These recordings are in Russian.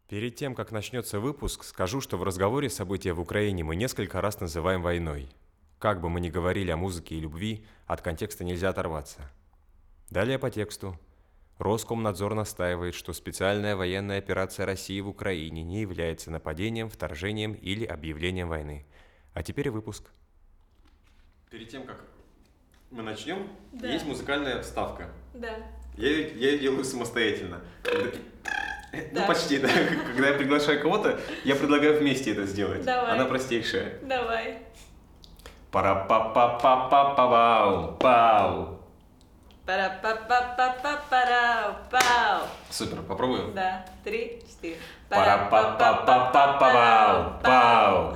Перед тем, как начнется выпуск, скажу, что в разговоре события в Украине мы несколько раз называем войной. Как бы мы ни говорили о музыке и любви, от контекста нельзя оторваться. Далее по тексту. Роскомнадзор настаивает, что специальная военная операция России в Украине не является нападением, вторжением или объявлением войны. А теперь выпуск. Перед тем, как мы начнем, есть музыкальная вставка. Да. Я ее делаю самостоятельно. Ну, почти, да. Когда я приглашаю кого-то, я предлагаю вместе это сделать. Давай. Она простейшая. Давай. Пара-па-па-па-па-па-пау. Пау. Пара-па-па-па-па-парау-пау. Супер, попробуем? Да. 3, 4. Пара-па-па-па-па-пау. Пау.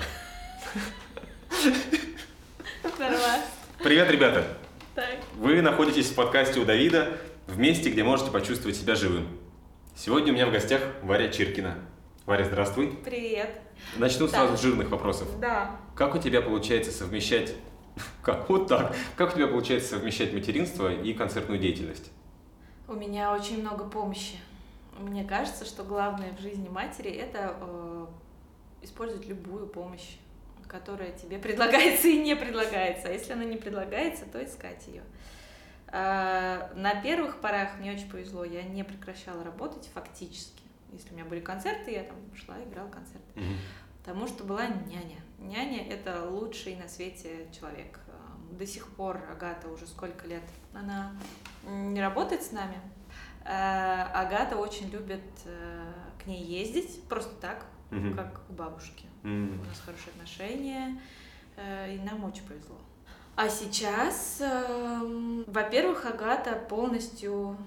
Нормально. Привет, ребята. Так. Вы находитесь в подкасте у Давида, в месте, где можете почувствовать себя живым. Сегодня у меня в гостях Варя Чиркина. Варя, здравствуй. Привет. Начну сразу с жирных вопросов. Да. Как у тебя получается совмещать... Как? Вот так. Как у тебя получается совмещать материнство и концертную деятельность? У меня очень много помощи. Мне кажется, что главное в жизни матери – это использовать любую помощь, которая тебе предлагается и не предлагается. А если она не предлагается, то искать ее. На первых порах мне очень повезло, я не прекращала работать фактически. Если у меня были концерты, я там шла, играла концерты. Потому что была няня. Няня – это лучший на свете человек. До сих пор Агата уже сколько лет, она не работает с нами. Агата очень любит к ней ездить, просто так, как к бабушке. У нас хорошие отношения, и нам очень повезло. А сейчас, во-первых, Агата полностью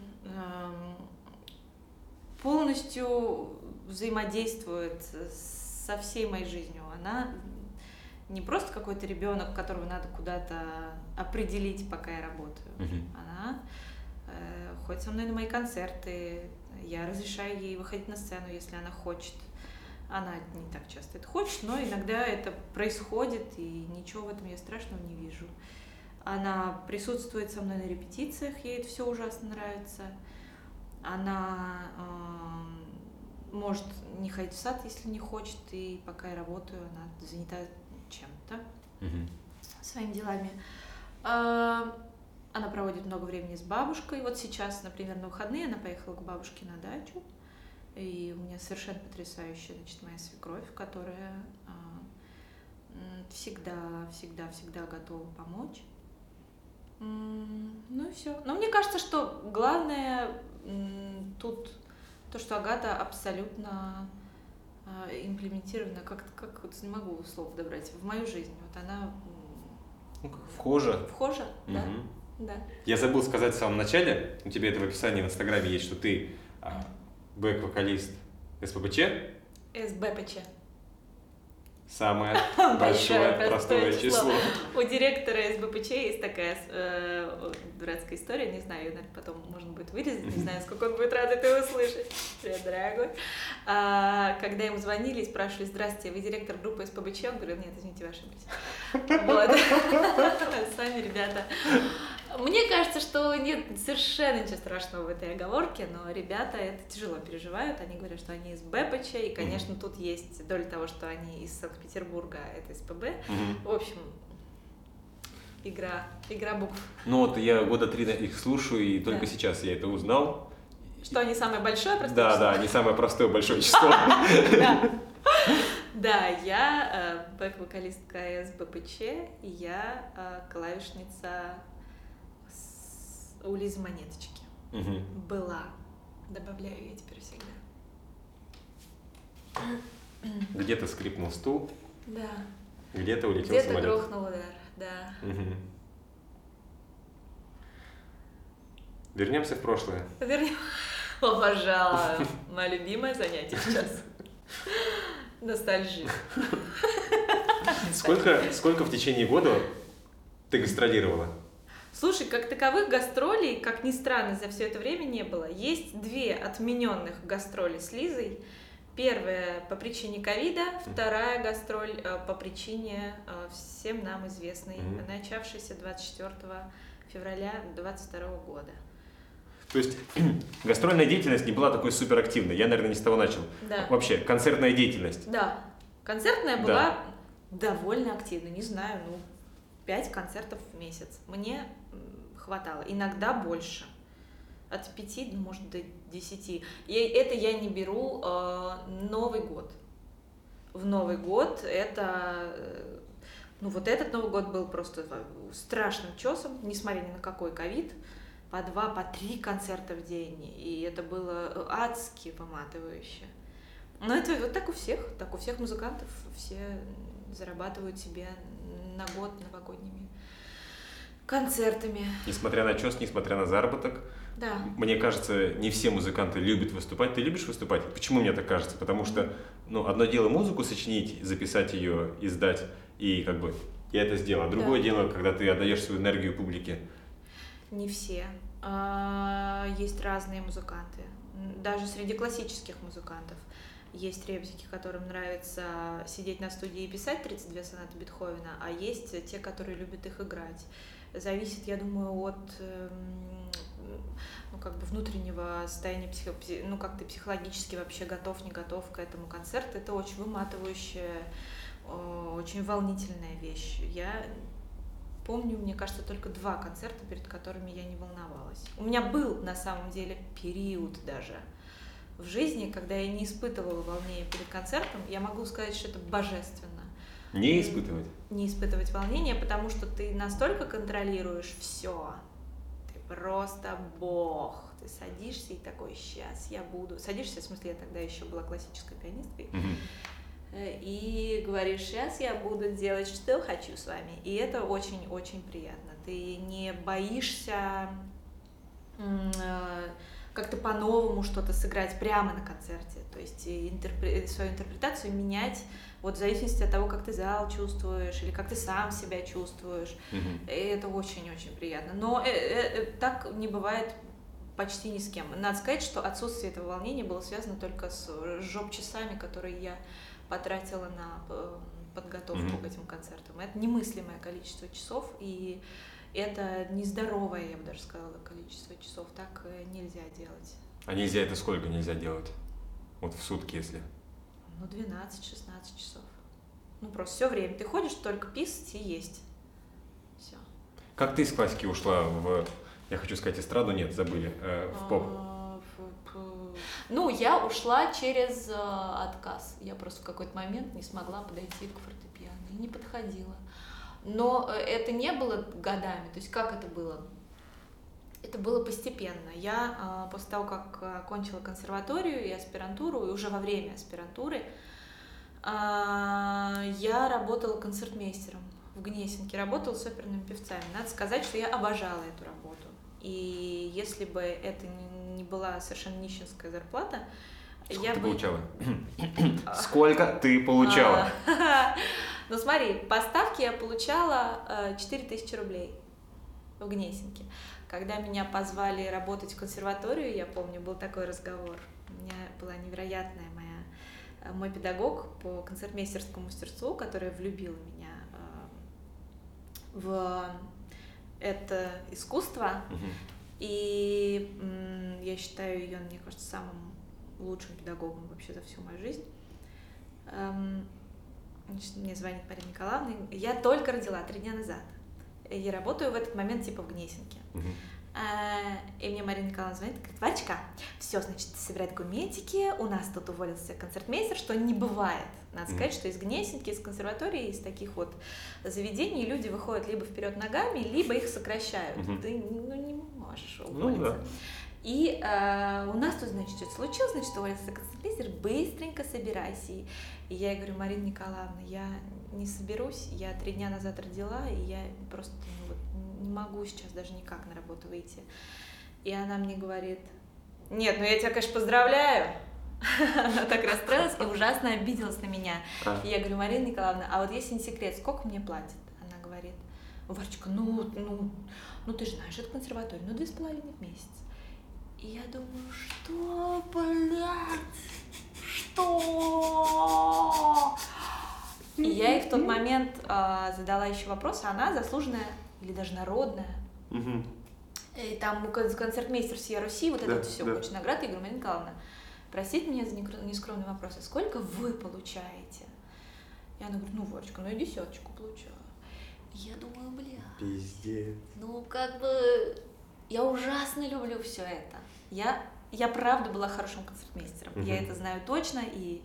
взаимодействует со всей моей жизнью. Она не просто какой-то ребенок, которого надо куда-то определить, пока я работаю. Она ходит со мной на мои концерты, я разрешаю ей выходить на сцену, если она хочет. Она не так часто это хочет, но иногда это происходит, и ничего в этом я страшного не вижу. Она присутствует со мной на репетициях, ей это все ужасно нравится. Она может не ходить в сад, если не хочет, и пока я работаю, она занята чем-то, своими делами. Она проводит много времени с бабушкой. Вот сейчас, например, на выходные она поехала к бабушке на дачу. И у меня совершенно потрясающая, значит, моя свекровь, которая всегда готова помочь. Ну и все. Но мне кажется, что главное тут то, что Агата абсолютно имплементирована, как вот не могу слов подобрать, в мою жизнь. Вот она... Вхожа. Вхожа, да. Да. Я забыл сказать в самом начале, у тебя это в описании в Инстаграме есть, что ты бэк-вокалист СПБЧ. СБПЧ. Самое большое простое число. У директора СБПЧ есть такая дурацкая история, не знаю, ее, наверное, потом можно будет вырезать, не знаю, сколько он будет рад это услышать. Привет, дорогой. Когда ему звонили и спрашивали: здравствуйте, вы директор группы СПБЧ? Он говорил: нет, извините, вы ошиблись. Вот. Сами ребята. Мне кажется, что нет совершенно ничего страшного в этой оговорке, но ребята это тяжело переживают. Они говорят, что они из БПЧ, и, конечно, тут есть доля того, что они из Санкт-Петербурга, а это СПБ. В общем, игра букв. Ну вот я года 3 их слушаю, и только сейчас я это узнал. Что они самое большое простое число? Да, они самое простое большое число. Да, я бэк-вокалистка СБПЧ, и я клавишница у Лизы Монеточки. Была. Добавляю я теперь всегда. Где-то скрипнул стул. Да. Где-то улетел самолет. Где-то грохнул удар, да. Вернемся в прошлое. Обожаю. Мое любимое занятие сейчас. Ностальжия. Сколько в течение года ты гастролировала? Слушай, как таковых гастролей, как ни странно, за все это время не было. Есть 2 отмененных гастроли с Лизой. Первая по причине ковида, вторая гастроль по причине всем нам известной, начавшейся 24 февраля 2022 года. То есть гастрольная деятельность не была такой суперактивной. Я, наверное, не с того начал. Да. Вообще, концертная деятельность. Да. Концертная была довольно активной. Не знаю, 5 концертов в месяц. Мне хватало. Иногда больше. От 5, может, до 10. Это я не беру Новый год. В Новый год это... вот этот Новый год был просто страшным чесом, несмотря ни на какой ковид. По 2, по 3 концерта в день. И это было адски выматывающе. Но это вот так у всех музыкантов. Все зарабатывают себе на год новогодними концертами. Несмотря на чес, несмотря на заработок. Да. Мне кажется, не все музыканты любят выступать. Ты любишь выступать? Почему мне так кажется? Потому что, одно дело музыку сочинить, записать ее, издать, и я это сделал. А другое дело, когда ты отдаешь свою энергию публике. Не все. Есть разные музыканты. Даже среди классических музыкантов есть ребзики, которым нравится сидеть на студии и писать 32 сонаты Бетховена, а есть те, которые любят их играть. Зависит, я думаю, от внутреннего состояния, как ты психологически вообще готов, не готов к этому концерту. Это очень выматывающая, очень волнительная вещь. Я помню, мне кажется, только 2 концерта, перед которыми я не волновалась. У меня был, на самом деле, период даже в жизни, когда я не испытывала волнения перед концертом. Я могу сказать, что это божественно. Не испытывать? Не испытывать волнения, потому что ты настолько контролируешь все. Ты просто бог. Ты садишься и такой, сейчас я буду... Садишься, в смысле, я тогда еще была классической пианисткой. И говоришь, сейчас я буду делать, что хочу с вами. И это очень-очень приятно. Ты не боишься как-то по-новому что-то сыграть прямо на концерте. То есть свою интерпретацию менять в зависимости от того, как ты зал чувствуешь или как ты сам себя чувствуешь. И это очень-очень приятно. Но так не бывает почти ни с кем. Надо сказать, что отсутствие этого волнения было связано только с жоп-часами, которые я потратила на подготовку к этим концертам. Это немыслимое количество часов, и это нездоровое, я бы даже сказала, количество часов. Так нельзя делать. А нельзя это сколько нельзя делать? Вот в сутки, если? 12-16 часов. Просто все время. Ты ходишь только писать и есть. Все. Как ты из классики ушла в, я хочу сказать, эстраду? Нет, забыли, в поп? Я ушла через отказ. Я просто в какой-то момент не смогла подойти к фортепиано и не подходила. Но это не было годами. То есть как это было? Это было постепенно. Я после того, как окончила консерваторию и аспирантуру, и уже во время аспирантуры, я работала концертмейстером в Гнесинке, работала с оперными певцами. Надо сказать, что я обожала эту работу. И если бы это не была совершенно нищенская зарплата, сколько ты получала? Сколько ты получала? Смотри, по ставке я получала 4000 рублей в Гнесинке. Когда меня позвали работать в консерваторию, я помню, был такой разговор. У меня была невероятная мой педагог по концертмейстерскому мастерству, которая влюбила меня в это искусство. И я считаю ее, мне кажется, самым лучшим педагогом вообще за всю мою жизнь. Мне звонит Марина Николаевна. Я только родила 3 дня назад. Я работаю в этот момент в Гнесинке. И мне Марина Николаевна звонит, говорит: Варечка, все, значит, собирать документики, у нас тут уволился концертмейстер, что не бывает. Надо сказать, что из Гнесинки, из консерватории, из таких заведений люди выходят либо вперед ногами, либо их сокращают. Ты не можешь уволиться. И у нас тут, значит, что-то случилось, значит, уволился концертмейстер, быстренько собирайся. И я ей говорю: Марина Николаевна, я не соберусь, я 3 дня назад родила, и я просто не могу сейчас даже никак на работу выйти. И она мне говорит: нет, я тебя, конечно, поздравляю. Она так расстроилась и ужасно обиделась на меня. И я говорю: Марина Николаевна, а вот если не секрет, сколько мне платят? Она говорит: Варечка, ты же знаешь, это консерватория, 2,5 в месяц. И я думаю, что, что? И я ей в тот момент задала еще вопрос, а она заслуженная или даже народная И там концертмейстер всей Руси, вот это вот все, куча наград. Я говорю: Марина Николаевна, простите меня за нескромный вопрос, а сколько вы получаете? И она говорит: ну, Варечка, я 10 получаю. Я думаю, Пиздец. Ну, как бы, я ужасно люблю все это. Я правда была хорошим концертмейстером. Я это знаю точно, и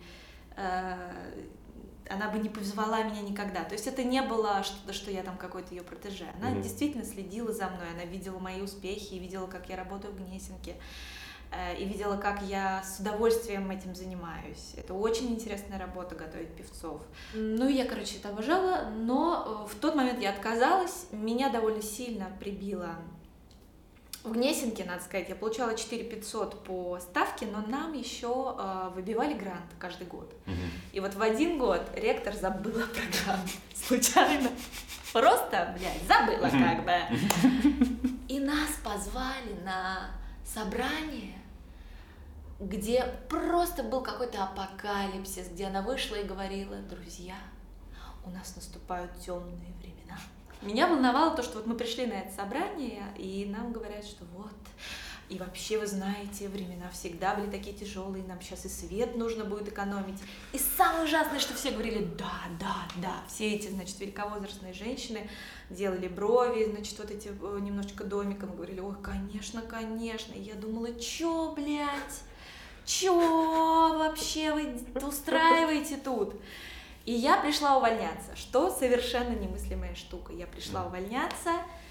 она бы не позвала меня никогда. То есть это не было что-то, что я там какой-то ее протеже. Она действительно следила за мной, она видела мои успехи, видела, как я работаю в Гнесинке, и видела, как я с удовольствием этим занимаюсь. Это очень интересная работа — готовить певцов. Ну, я, короче, это обожала, но в тот момент я отказалась. Меня довольно сильно прибило в Гнесинке, надо сказать. Я получала 4500 по ставке, но нам еще выбивали грант каждый год. И вот в один год ректор забыла про грант. Случайно. Просто, забыла как бы. И нас позвали на собрание, где просто был какой-то апокалипсис, где она вышла и говорила: друзья, у нас наступают темные времена. Меня волновало то, что вот мы пришли на это собрание, и нам говорят, что вот, и вообще, вы знаете, времена всегда были такие тяжелые, нам сейчас и свет нужно будет экономить. И самое ужасное, что все говорили: да. Все эти, значит, великовозрастные женщины делали брови, значит, вот эти немножечко домиком, говорили: ой, конечно. И я думала: чё, блядь, чё вообще вы устраиваете тут? И я пришла увольняться, что совершенно немыслимая штука. Я пришла увольняться,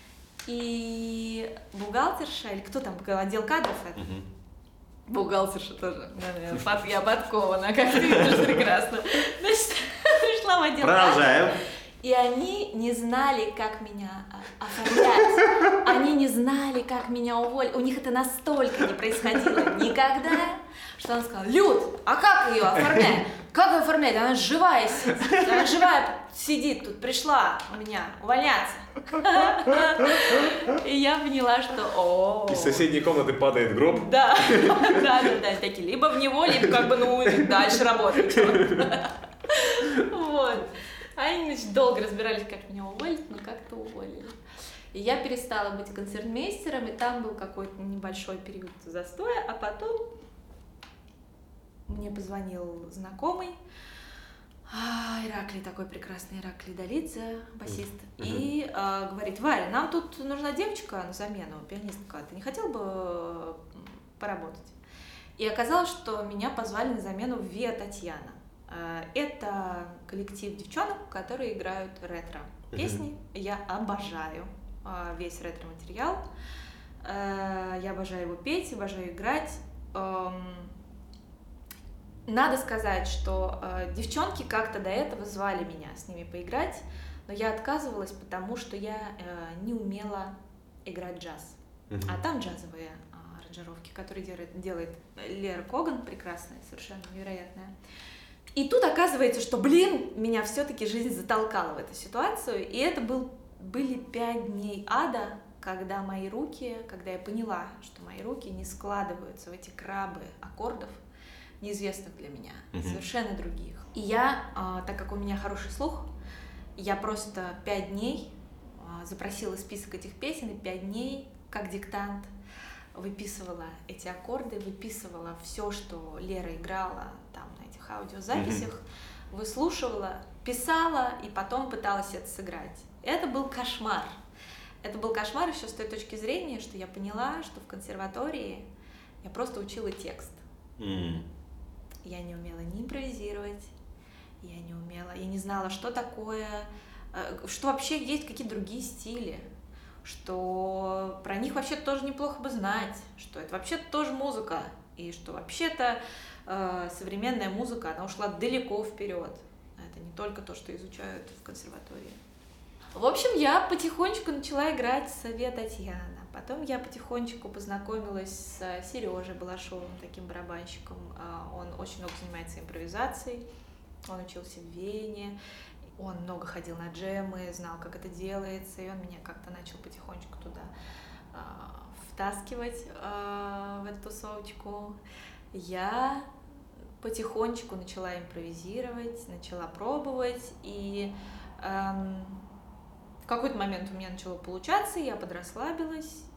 и бухгалтерша, или кто там, отдел кадров это? Бухгалтерша тоже. Я подкована, как ты видишь, прекрасно. Значит, пришла в отдел кадров. И они не знали, как меня оформлять. Они не знали, как меня уволить. У них это настолько не происходило никогда, что она сказала: Люд, а как ее оформлять? Как ее оформлять? Она живая сидит. Она живая сидит тут, пришла у меня увольняться. И я поняла, что из соседней комнаты падает гроб. Да, такие, либо в него, либо как бы, дальше работать. Вот. Они, значит, долго разбирались, как меня уволить, но как-то уволили. И я перестала быть концертмейстером, и там был какой-то небольшой период застоя, а потом мне позвонил знакомый, Ираклий, такой прекрасный Ираклий Долидзе, басист, и говорит: Варя, нам тут нужна девочка на замену, пианистка, ты не хотел бы поработать? И оказалось, что меня позвали на замену в Виа Татьяна. Это коллектив девчонок, которые играют ретро-песни. Я обожаю весь ретро-материал. Я обожаю его петь, обожаю играть. Надо сказать, что девчонки как-то до этого звали меня с ними поиграть, но я отказывалась, потому что я не умела играть джаз. А там джазовые аранжировки, которые делает Лера Коган, прекрасная, совершенно невероятная. И тут оказывается, что, меня все-таки жизнь затолкала в эту ситуацию, и это были 5 дней ада, когда я поняла, что мои руки не складываются в эти крабы аккордов, неизвестных для меня, совершенно других. И я, так как у меня хороший слух, я просто 5 дней запросила список этих песен, и 5 дней, как диктант, выписывала эти аккорды, выписывала все, что Лера играла там на этих аудиозаписях, выслушивала, писала и потом пыталась это сыграть. Это был кошмар. Это был кошмар еще с той точки зрения, что я поняла, что в консерватории я просто учила текст. Я не умела ни импровизировать, я не знала, что такое, что вообще есть какие-то другие стили, что про них вообще тоже неплохо бы знать, что это вообще тоже музыка, и что вообще-то современная музыка, она ушла далеко вперед. Это не только то, что изучают в консерватории. В общем, я потихонечку начала играть с Виа Татьяна. Потом я потихонечку познакомилась с Сережей Балашовым, таким барабанщиком. Он очень много занимается импровизацией, он учился в Вене, он много ходил на джемы, знал, как это делается, и он меня как-то начал потихонечку туда втаскивать в эту тусовочку. Я потихонечку начала импровизировать, начала пробовать, и в какой-то момент у меня начало получаться, я подрасслабилась,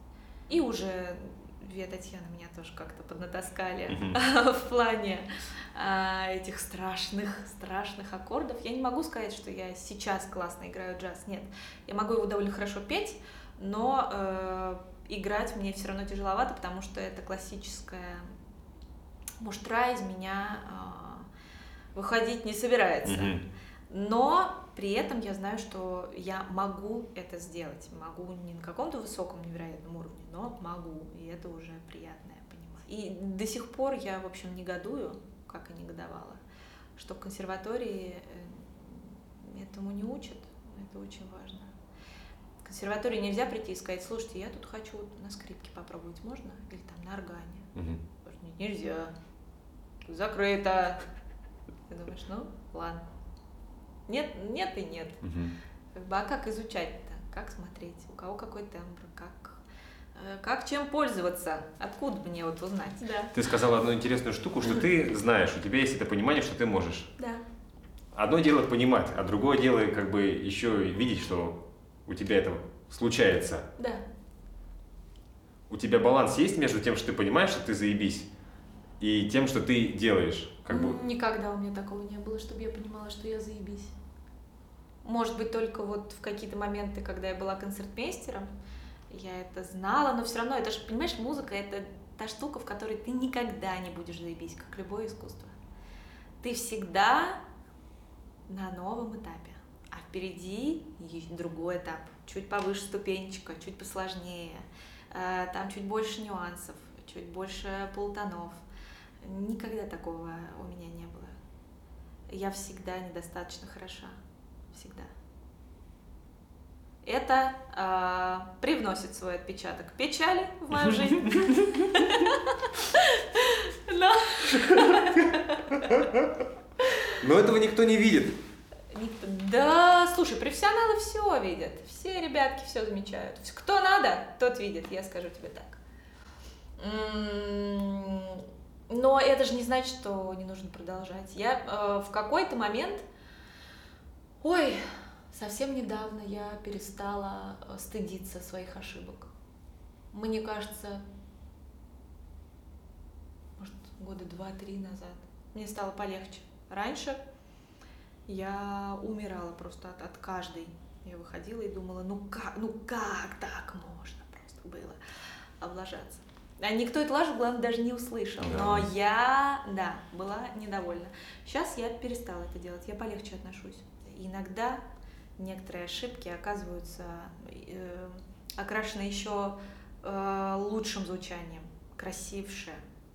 И уже Вия Татьяна меня тоже как-то поднатаскали Мгм. в плане этих страшных аккордов. Я не могу сказать, что я сейчас классно играю джаз. Нет, я могу его довольно хорошо петь, но играть мне все равно тяжеловато, потому что это классическая муштра из меня выходить не собирается. Мгм. Но при этом я знаю, что я могу это сделать. Могу не на каком-то высоком невероятном уровне, но могу. И это уже приятно, я понимаю. И до сих пор я, в общем, негодую, как и негодовала, что в консерватории этому не учат. Это очень важно. В консерватории нельзя прийти и сказать: слушайте, я тут хочу на скрипке попробовать, можно? Или там на органе. Мгм. Нет, нельзя. Закрыто. Ты думаешь, ну, ладно. Нет, нет и нет. Мгм. А как изучать-то? Как смотреть? У кого какой тембр? Как чем пользоваться? Откуда мне вот узнать? Да. Ты сказала одну интересную штуку, что ты знаешь, у тебя есть это понимание, что ты можешь. Да. Одно дело понимать, а другое дело как бы еще видеть, что у тебя это случается. Да. У тебя баланс есть между тем, что ты понимаешь, что ты заебись, и тем, что ты делаешь. Как бы... Никогда у меня такого не было, чтобы я понимала, что я заебись. Может быть, только вот в какие-то моменты, когда я была концертмейстером, я это знала, но все равно, это же, понимаешь, музыка — это та штука, в которой ты никогда не будешь заебись, как любое искусство. Ты всегда на новом этапе, а впереди есть другой этап, чуть повыше ступенечка, чуть посложнее, там чуть больше нюансов, чуть больше полутонов. Никогда такого у меня не было. Я всегда недостаточно хороша. Всегда. Это привносит свой отпечаток печали в мою жизнь. Но этого никто не видит. Да, слушай, профессионалы все видят. Все ребятки все замечают. Кто надо, тот видит, я скажу тебе так. Но это же не значит, что не нужно продолжать. Я в какой-то момент, совсем недавно я перестала стыдиться своих ошибок. Мне кажется, может, года 2-3 назад мне стало полегче. Раньше я умирала просто от каждой. Я выходила и думала, ну как так можно просто было облажаться. А никто эту лажу, главное, даже не услышал. Да. Но я, была недовольна. Сейчас я перестала это делать, я полегче отношусь. Иногда некоторые ошибки оказываются окрашены еще лучшим звучанием, красивше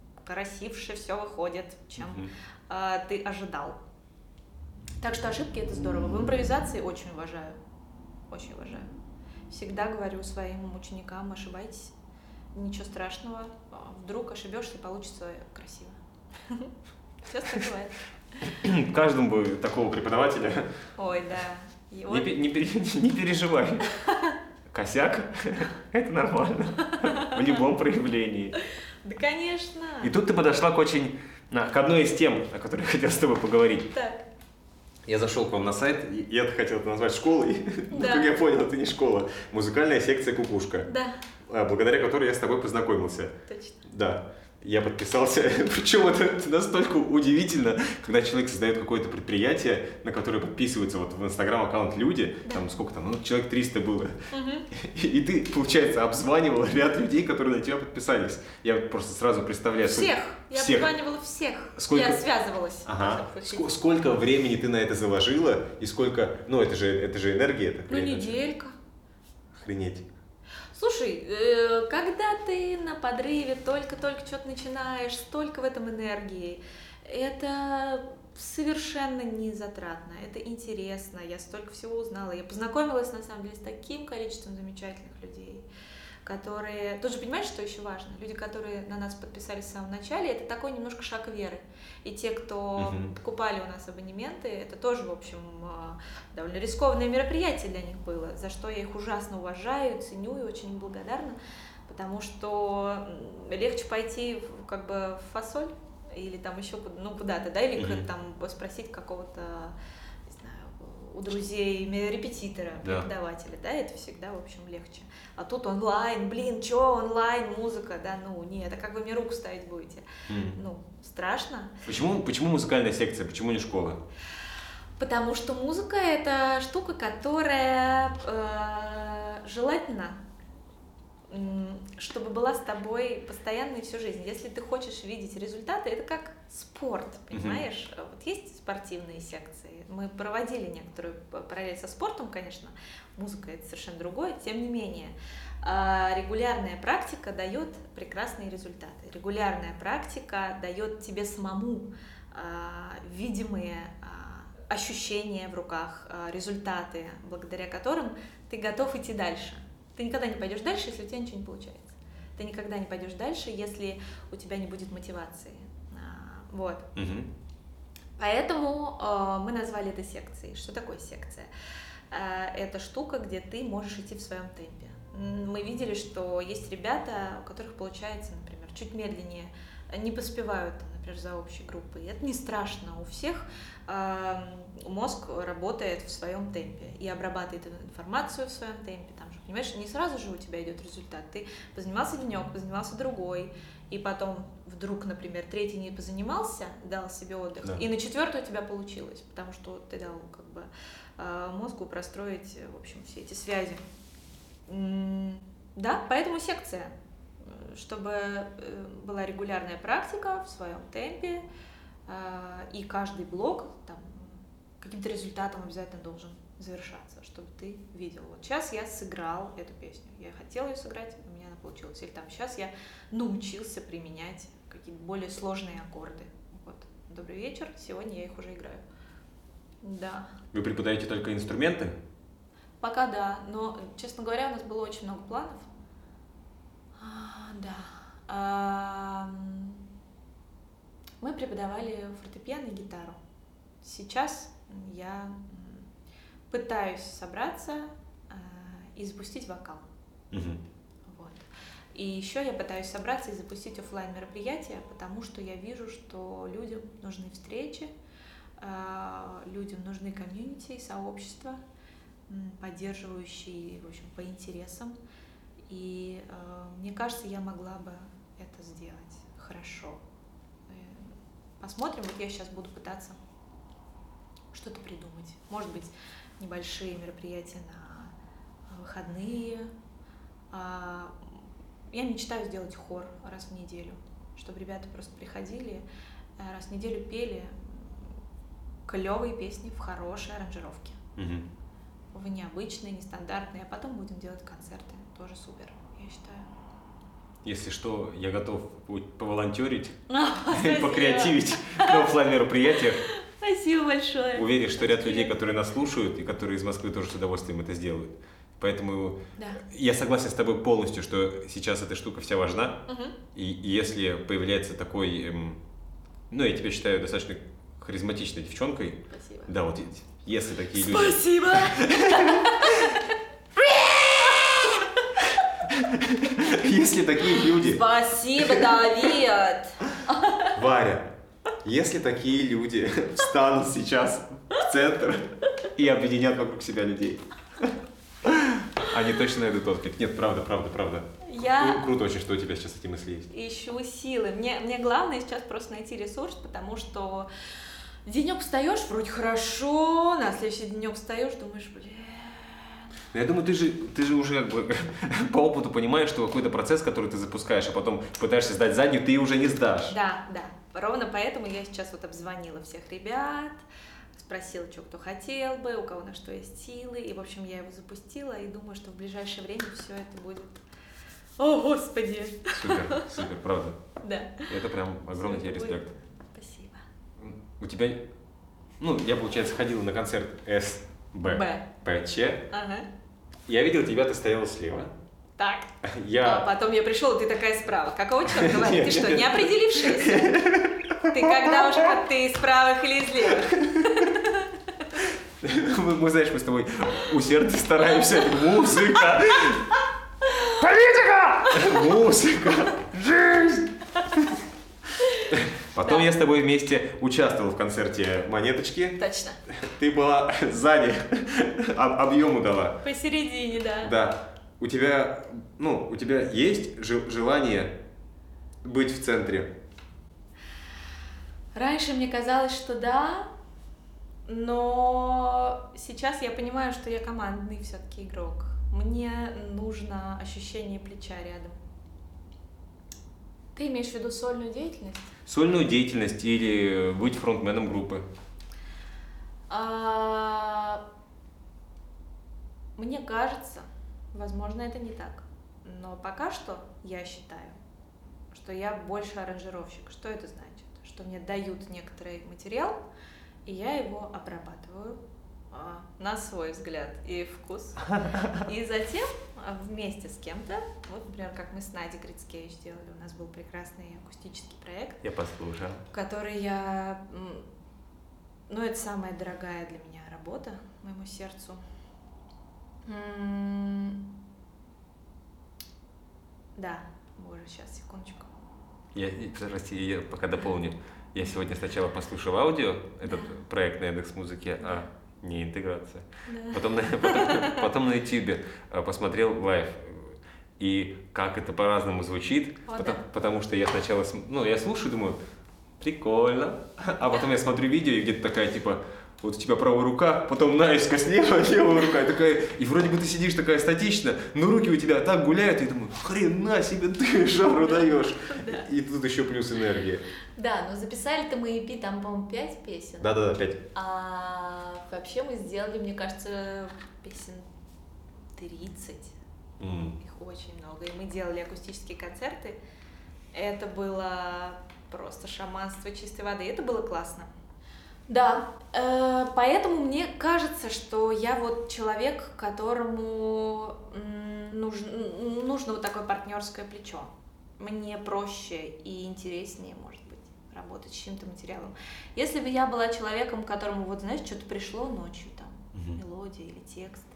все выходит, чем ты ожидал. Так что ошибки — это здорово. В импровизации очень уважаю. Очень уважаю. Всегда говорю своим ученикам: ошибайтесь. Ничего страшного. Вдруг ошибешься, получится красиво. Часто бывает. Каждому бы такого преподавателя. Ой, да. Не переживай. Косяк – это нормально. В любом проявлении. Да, конечно. И тут ты подошла к одной из тем, о которой я хотел с тобой поговорить. Так. Я зашел к вам на сайт, я хотел это назвать школой, но, Да. как я понял, это не школа. Музыкальная секция «Кукушка», Да, благодаря которой я с тобой познакомился. точно. Да, я подписался. Причем это настолько удивительно, когда человек создает какое-то предприятие, на которое подписываются вот в инстаграм-аккаунт люди, Да. там сколько там, человек 300 было. Мгм. И ты, получается, обзванивал ряд людей, которые на тебя подписались. Я просто сразу представляю. Всех. Я Всех. обзванивала всех. Сколько- Я связывалась. Ага. чтобы пустить. Сколько времени ты на это заложила и сколько... Ну, это же энергия. Это Ну, время. неделька. Охренеть. Слушай, когда ты на подрыве, только-только что-то начинаешь, столько в этом энергии, это совершенно не затратно, это интересно, я столько всего узнала, я познакомилась, на самом деле, с таким количеством замечательных людей, которые... Тут же понимаешь, что еще важно? Люди, которые на нас подписались в самом начале, это такой немножко шаг вверы. И те, кто покупали у нас абонементы, это тоже, в общем, довольно рискованное мероприятие для них было, за что я их ужасно уважаю, ценю и очень им благодарна, потому что легче пойти как бы в фасоль или там еще куда-то, да, или там спросить какого-то, не знаю, у друзей, репетитора, Да. преподавателя, да, это всегда, в общем, легче. А тут онлайн, блин, чё онлайн, музыка, да, ну, нет, а как вы мне руку ставить будете? Ну, страшно. Почему музыкальная секция, почему не школа? Потому что музыка — это штука, которая желательно, чтобы была с тобой постоянно и всю жизнь. Если ты хочешь видеть результаты, это как спорт, понимаешь? Вот есть спортивные секции. Мы проводили некоторую параллель со спортом, конечно. Музыка — это совершенно другое. Тем не менее, регулярная практика дает прекрасные результаты. Регулярная практика дает тебе самому видимые ощущения в руках, результаты, благодаря которым ты готов идти дальше. Ты никогда не пойдешь дальше, если у тебя ничего не получается. Ты никогда не пойдешь дальше, если у тебя не будет мотивации. Вот. Поэтому мы назвали это секцией. Что такое секция? Это штука, где ты можешь идти в своем темпе. Мы видели, что есть ребята, у которых получается, например, чуть медленнее, не поспевают, например, за общей группой. И это не страшно. У всех мозг работает в своем темпе и обрабатывает информацию в своем темпе. Там же, понимаешь, не сразу же у тебя идет результат. Ты позанимался денек, позанимался другой, и потом вдруг, например, третий не позанимался, дал себе отдых, да. И на четвертый у тебя получилось, потому что ты дал как бы мозгу простроить, в общем, все эти связи. Да, поэтому секция, чтобы была регулярная практика в своем темпе, и каждый блок там каким-то результатом обязательно должен завершаться, чтобы ты видел. Вот сейчас я сыграл эту песню, я хотела ее сыграть, у меня она получилась. Или там сейчас я научился применять какие-то более сложные аккорды. Вот. Добрый вечер, сегодня я их уже играю. Да. Вы преподаете только инструменты? Пока да, но, честно говоря, у нас было очень много планов. Да. Мы преподавали фортепиано и гитару. Сейчас я пытаюсь собраться и запустить вокал. Вот. И еще я пытаюсь собраться и запустить офлайн мероприятия, потому что я вижу, что людям нужны встречи, людям нужны комьюнити и сообщества, поддерживающие, в общем, по интересам. И мне кажется, я могла бы это сделать хорошо. Посмотрим, вот я сейчас буду пытаться что-то придумать. Может быть, небольшие мероприятия на выходные. Я мечтаю сделать хор раз в неделю, чтобы ребята просто приходили, раз в неделю пели клевые песни в хорошей аранжировке. В необычные, нестандартные, а потом будем делать концерты. Тоже супер, я считаю. Если что, я готов поволонтерить, Спасибо. покреативить на оффлайн мероприятиях. Спасибо большое. Уверен, что ряд людей, которые нас слушают и которые из Москвы тоже с удовольствием это сделают. Поэтому Да. я согласен с тобой полностью, что сейчас эта штука вся важна. И если появляется такой, ну, я тебя считаю достаточно харизматичной девчонкой. Спасибо. Да, вот если такие люди... Спасибо! Если такие люди... Спасибо, Давид! Варя, если такие люди встанут сейчас в центр и объединят вокруг себя людей, они точно найдут отклик. Нет, правда. Я Круто очень, что у тебя сейчас эти мысли есть. ищу силы. Мне главное сейчас просто найти ресурс, потому что денек встаешь, вроде хорошо, на следующий денек встаешь, думаешь, блин. Я думаю, ты же уже как бы по опыту понимаешь, что какой-то процесс, который ты запускаешь, а потом пытаешься сдать заднюю, ты уже не сдашь. Да. Ровно поэтому я сейчас вот обзвонила всех ребят, спросила, что кто хотел бы, у кого на что есть силы. И, в общем, я его запустила и думаю, что в ближайшее время все это будет... О, Господи! Супер, правда. Да. Это прям огромный тебе Будет. респект. Спасибо. У тебя... Ну, я, получается, ходила на концерт СБПЧ. Ага. Я видел тебя, ты стояла слева. Так. А Я... потом я пришел, и ты такая справа. Какого черта говорит? Ты что, не определившаяся? Ты когда уже ты из правых или из левых? Мы, знаешь, мы с тобой усердно стараемся. Музыка! Политика! Музыка! Жизнь! Потом Да. я с тобой вместе участвовал в концерте «Монеточки». Точно. Ты была сзади, объему дала. Посередине, да. Да. У тебя есть желание быть в центре? Раньше мне казалось, что да, но сейчас я понимаю, что я командный все-таки игрок. Мне нужно ощущение плеча рядом. Ты имеешь в виду сольную деятельность? Сольную деятельность или быть фронтменом группы? Мне кажется, возможно, это не так. Но пока что я считаю, что я больше аранжировщик. Что это значит? Что мне дают некоторый материал, и я его обрабатываю на свой взгляд и вкус. И затем вместе с кем-то, вот, например, как мы с Надей Грицкевич делали, у нас был прекрасный акустический проект, Я послушал. который это самая дорогая для меня работа, моему сердцу. Да, боже, сейчас, секундочку. Прости, я пока дополню. Я сегодня сначала послушал аудио, этот проект на Яндекс.Музыке, не интеграция. Да. Потом на Ютубе посмотрел лайв. И как это по-разному звучит, потому что я сначала, я слушаю, думаю, прикольно, а потом я смотрю видео, и где-то такая, типа, вот у тебя правая рука, потом наискось левая рука, и такая, и вроде бы ты сидишь такая статично, но руки у тебя так гуляют, и думаю, хрена себе ты жару даешь. И тут еще плюс энергия. Да, но записали-то мы EP, там, по-моему, 5 песен. Да, 5. А вообще мы сделали, мне кажется, песен 30. Их очень много. И мы делали акустические концерты. Это было просто шаманство чистой воды. Это было классно. Да, поэтому мне кажется, что я вот человек, которому нужно вот такое партнерское плечо. Мне проще и интереснее, может быть, работать с чьим-то материалом. Если бы я была человеком, которому, вот знаешь, что-то пришло ночью, там, мелодия или текст,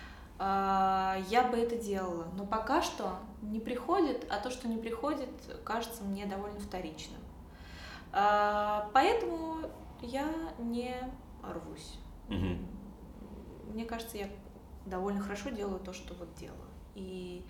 я бы это делала. Но пока что не приходит, а то, что не приходит, кажется мне довольно вторичным. Поэтому я не рвусь. Мне кажется, я довольно хорошо делаю то, что вот делаю. И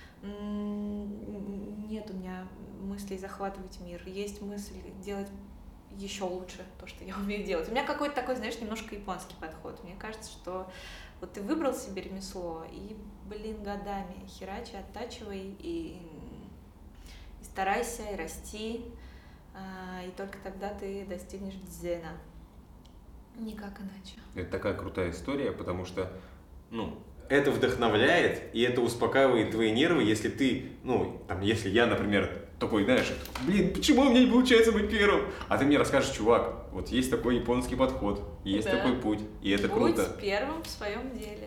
нет у меня мыслей захватывать мир. Есть мысль делать еще лучше то, что я умею делать. У меня какой-то такой, знаешь, немножко японский подход. Мне кажется, что вот ты выбрал себе ремесло и, годами херачи, оттачивай и старайся, и расти, и только тогда ты достигнешь дзена. Никак иначе. Это такая крутая история, потому что, это вдохновляет, и это успокаивает твои нервы, если ты, если я, например, такой, знаешь, почему у меня не получается быть первым? А ты мне расскажешь, чувак, вот есть такой японский подход, есть такой путь, и это круто. Будь первым в своем деле.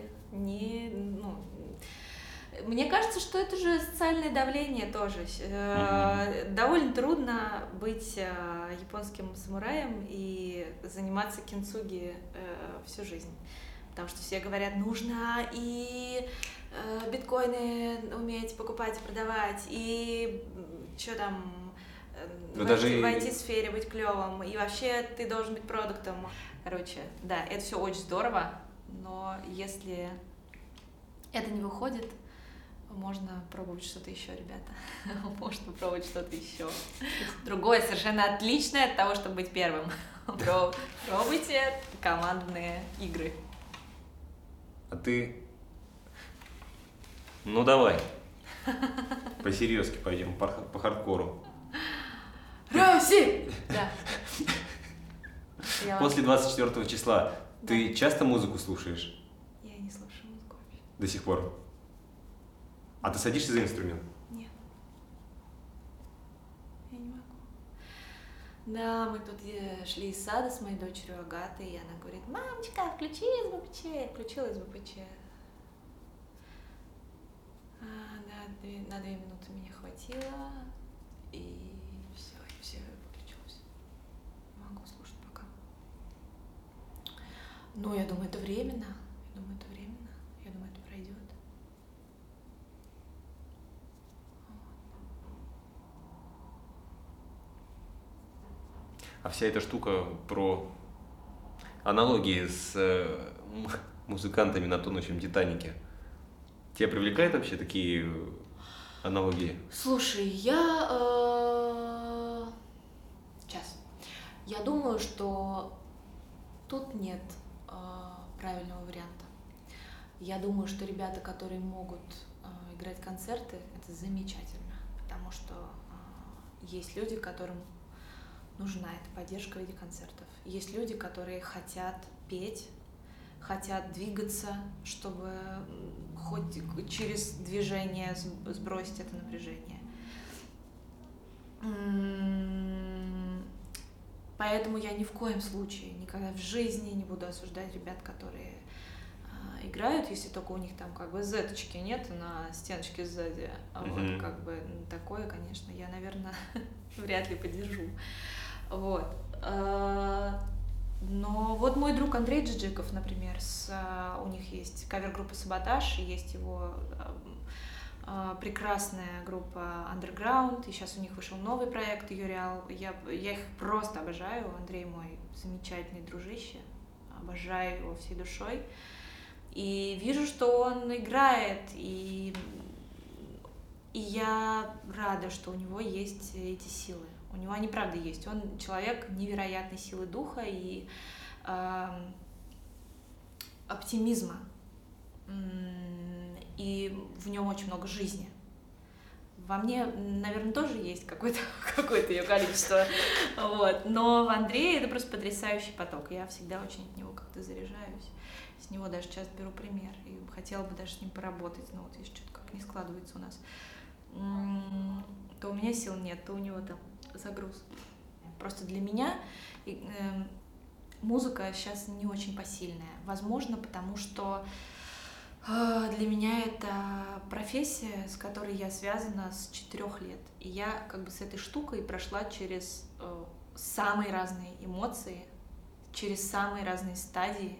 Мне кажется, что это же социальное давление тоже. Довольно трудно быть японским самураем и заниматься кинцуги всю жизнь. Потому что все говорят, нужно и биткоины уметь покупать и продавать, и что там, в IT-сфере быть клевым, и вообще ты должен быть продуктом. Короче, да, это все очень здорово, но если это не выходит, можно пробовать что-то еще, ребята. Можно пробовать что-то еще. Другое совершенно отличное от того, чтобы быть первым. Пробуйте командные игры. А ты... давай. По-серьезки пойдем, по хардкору. Руси! Да. После 24 числа ты часто музыку слушаешь? Я не слушаю музыку вообще. До сих пор? А ты садишься за инструмент? Нет. Я не могу. Да, мы тут шли из сада с моей дочерью Агатой, и она говорит, мамочка, включи СБПЧ. Я включила СБПЧ. На 2 минуты меня хватило, и все, выключилось. Не могу слушать пока. Но я думаю, это временно. Я думаю, это пройдет. А вся эта штука про аналогии с музыкантами на тонущем Титанике. Тебя привлекают вообще такие аналогии? Слушай, сейчас. Я думаю, что тут нет правильного варианта. Я думаю, что ребята, которые могут играть концерты, это замечательно, потому что есть люди, которым нужна эта поддержка в виде концертов. Есть люди, которые хотят петь, хотят двигаться, чтобы хоть через движение сбросить это напряжение. Поэтому я ни в коем случае никогда в жизни не буду осуждать ребят, которые играют, если только у них там как бы зеточки нет на стеночке сзади. Вот как бы такое, конечно, я, наверное, вряд ли поддержу. Вот. Но вот мой друг Андрей Джиджиков, например, у них есть кавер-группа «Саботаж», есть его прекрасная группа Underground, и сейчас у них вышел новый проект «Юреал». Я их просто обожаю. Андрей мой замечательный дружище, обожаю его всей душой. И вижу, что он играет, и я рада, что у него есть эти силы. У него они правда есть. Он человек невероятной силы духа и оптимизма. И в нем очень много жизни. Во мне, наверное, тоже есть какое-то ее количество. Вот. Но в Андрее это просто потрясающий поток. Я всегда очень от него как-то заряжаюсь. С него даже часто беру пример. И хотела бы даже с ним поработать. Но вот если что-то как не складывается у нас, то у меня сил нет, то у него там загруз. Просто для меня музыка сейчас не очень посильная. Возможно, потому что для меня это профессия, с которой я связана с 4 лет. И я как бы с этой штукой прошла через самые разные эмоции, через самые разные стадии.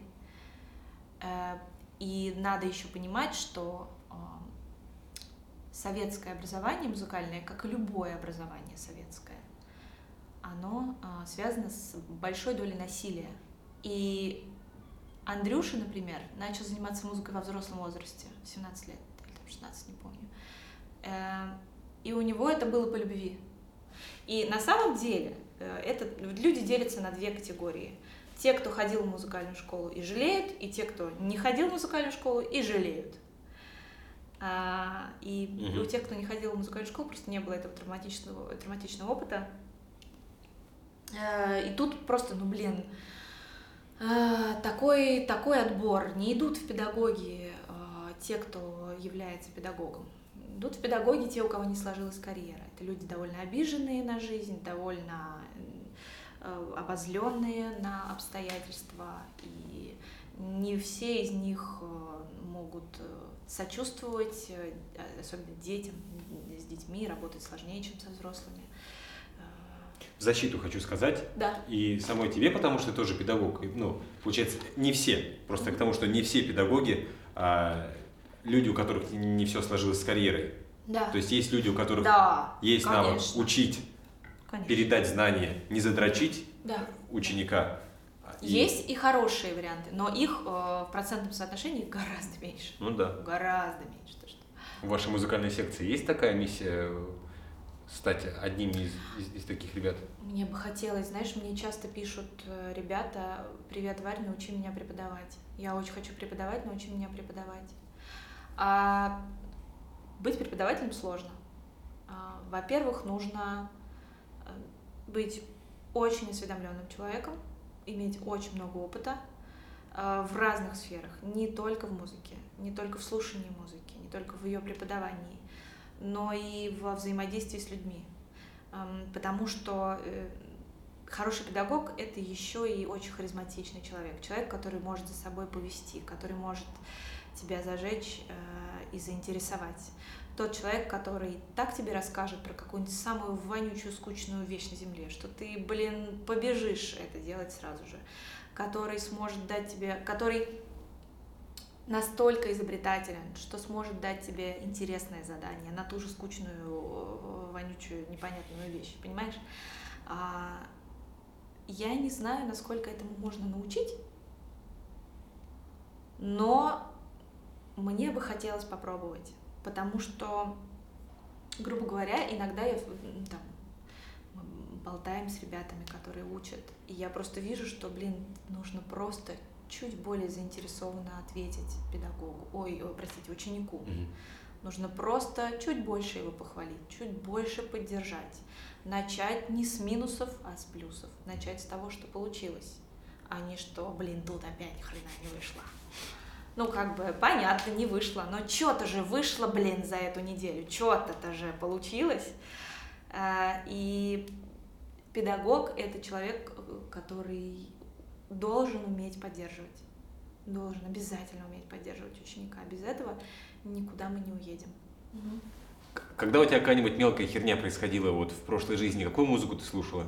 И надо еще понимать, что советское образование музыкальное, как и любое образование советское, оно связано с большой долей насилия. И Андрюша, например, начал заниматься музыкой во взрослом возрасте, в 17 лет, или 16, не помню. И у него это было по любви. И на самом деле люди делятся на 2 категории. Те, кто ходил в музыкальную школу и жалеют, и те, кто не ходил в музыкальную школу и жалеют. И у тех, кто не ходил в музыкальную школу, просто не было этого травматичного опыта. И тут просто, такой отбор. Не идут в педагоги те, кто является педагогом. Идут в педагоги те, у кого не сложилась карьера. Это люди довольно обиженные на жизнь, довольно обозленные на обстоятельства. И не все из них могут сочувствовать, особенно детям, с детьми работать сложнее, чем со взрослыми. В защиту хочу сказать, да. И самой тебе, потому что ты тоже педагог. Получается, не все, просто к тому, что не все педагоги, люди, у которых не все сложилось с карьерой. Да. То есть есть люди, у которых есть конечно. навык учить, передать знания, не задрочить ученика. Есть и хорошие варианты, но их в процентном соотношении гораздо меньше. Гораздо меньше. В вашей музыкальной секции есть такая миссия стать одним из таких ребят? Мне бы хотелось, знаешь, мне часто пишут ребята: «Привет, Варь, научи меня преподавать». Я очень хочу преподавать, научи меня преподавать. А быть преподавателем сложно. Во-первых, нужно быть очень осведомленным человеком, иметь очень много опыта в разных сферах, не только в музыке, не только в слушании музыки, не только в ее преподавании, но и во взаимодействии с людьми. Потому что хороший педагог — это еще и очень харизматичный человек. Человек, который может за собой повести, который может тебя зажечь и заинтересовать. Тот человек, который так тебе расскажет про какую-нибудь самую вонючую, скучную вещь на земле, что ты, побежишь это делать сразу же. Который сможет дать тебе, который настолько изобретателен, что сможет дать тебе интересное задание на ту же скучную, вонючую, непонятную вещь, понимаешь? я не знаю, насколько этому можно научить, но мне бы хотелось попробовать, потому что, грубо говоря, иногда там, мы болтаем с ребятами, которые учат, и я просто вижу, что, нужно просто чуть более заинтересованно ответить педагогу, ученику. Нужно просто чуть больше его похвалить, чуть больше поддержать. Начать не с минусов, а с плюсов. Начать с того, что получилось, а не что, тут опять хрена не вышло. Понятно, не вышло, но что-то же вышло, за эту неделю, что-то же получилось. И педагог — это человек, который должен уметь поддерживать. Должен обязательно уметь поддерживать ученика. Без этого никуда мы не уедем. Когда у тебя какая-нибудь мелкая херня происходила в прошлой жизни, какую музыку ты слушала?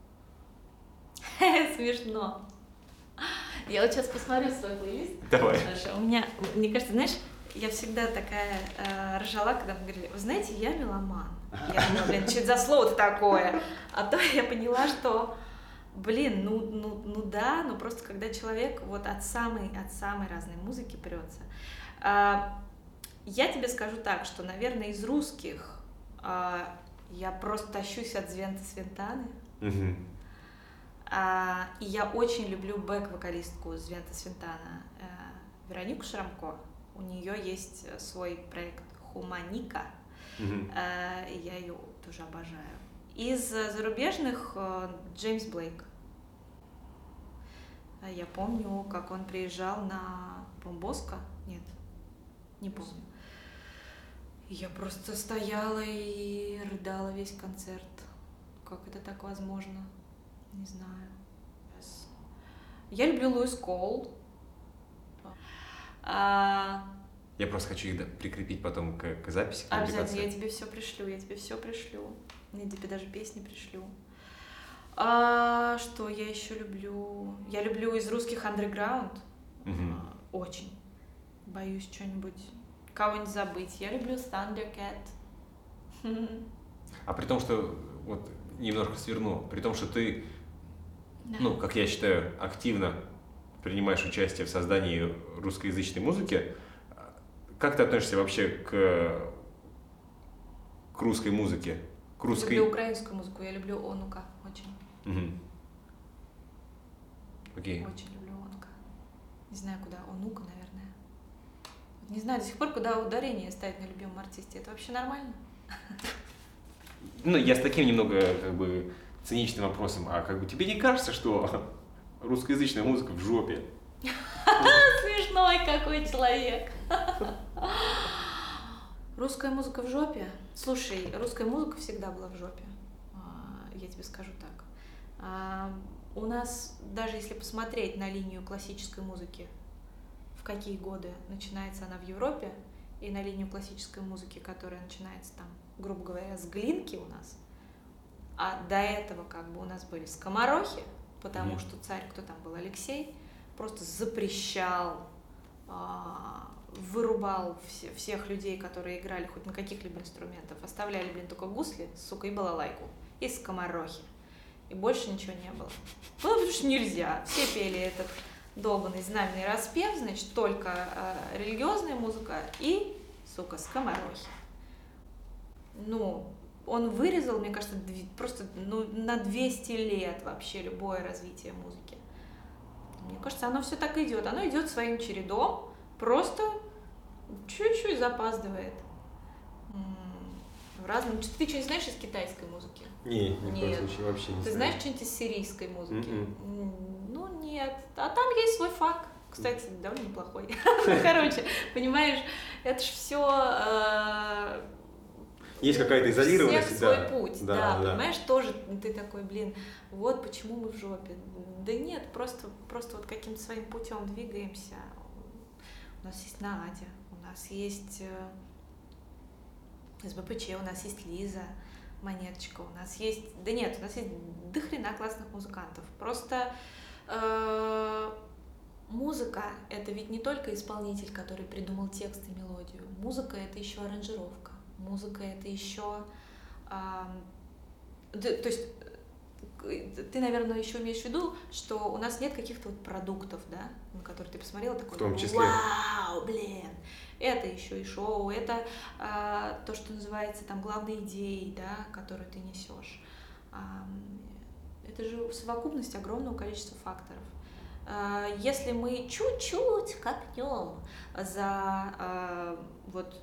Смешно. Я сейчас посмотрю свой плейлист. Давай. Слушай, у меня, мне кажется, знаешь, я всегда такая ржала, когда мы говорили: вы знаете, я меломан. Я думала, что это за слово-то такое? А то я поняла, что, да, просто когда человек от самой разной музыки прется. Я тебе скажу так, что, наверное, из русских я просто тащусь от Звента Свентаны. И я очень люблю бэк-вокалистку Звента Свентана Веронику Шрамко. У нее есть свой проект «Хуманика». Я ее тоже обожаю. Из зарубежных Джеймс Блейк. Я помню, как он приезжал на Боско. Нет, не помню. Я просто стояла и рыдала весь концерт. Как это так возможно? Не знаю. Я люблю Луис Коул. Я просто хочу их прикрепить потом к записи. Обязательно, я тебе все пришлю. Я тебе даже песни пришлю. Что я еще люблю? Я люблю из русских андерграунд. Очень. Боюсь кого-нибудь забыть. Я люблю Thundercat. А при том, что немножко сверну, при том, что ты, как я считаю, активно принимаешь участие в создании русскоязычной музыки, как ты относишься вообще к русской музыке? Я люблю украинскую музыку, я люблю Онука очень. Окей. Очень люблю Онука. Не знаю, куда. Онука, наверное. Не знаю до сих пор, куда ударение ставить на любимом артисте. Это вообще нормально? Я с таким немного циничным вопросом. А тебе не кажется, что русскоязычная музыка в жопе? Смешной какой человек. Русская музыка в жопе? Слушай, русская музыка всегда была в жопе. Я тебе скажу так. У нас, даже если посмотреть на линию классической музыки, в какие годы начинается она в Европе, и на линию классической музыки, которая начинается там, грубо говоря, с Глинки у нас, а до этого у нас были скоморохи, потому что царь, кто там был, Алексей, просто запрещал, вырубал всех людей, которые играли хоть на каких-либо инструментах, оставляли, только гусли, сука, и балалайку, и скоморохи. И больше ничего не было. Потому что нельзя. Все пели этот долбанный знаменный распев, значит, только религиозная музыка и, сука, скоморохи. Он вырезал, мне кажется, просто на 200 лет вообще любое развитие музыки. Мне кажется, оно все так идет. Оно идет своим чередом, просто чуть-чуть запаздывает. В разном... Ты что, не знаешь из китайской музыки? Нет, ни в коем случае вообще не знаю. Ты знаешь что-нибудь из сирийской музыки? Нет. А там есть свой фак. Кстати, довольно неплохой. Короче, понимаешь, это ж все... Есть какая-то изолированность. Всех свой путь, да, понимаешь, тоже ты такой, вот почему мы в жопе. Да нет, просто каким-то своим путем двигаемся. У нас есть Надя, у нас есть СБПЧ, у нас есть Лиза, Монеточка, у нас есть... Да нет, у нас есть дохрена классных музыкантов. Просто музыка — это ведь не только исполнитель, который придумал текст и мелодию. Музыка — это еще аранжировка. Музыка — это еще... то есть ты, наверное, еще имеешь в виду, что у нас нет каких-то вот продуктов, да, на которые ты посмотрела, такой, В том числе. вау, блин, это еще и шоу, это то, что называется там главной идеей, да, которую ты несешь. Это же совокупность огромного количества факторов. Если мы чуть-чуть копнем за вот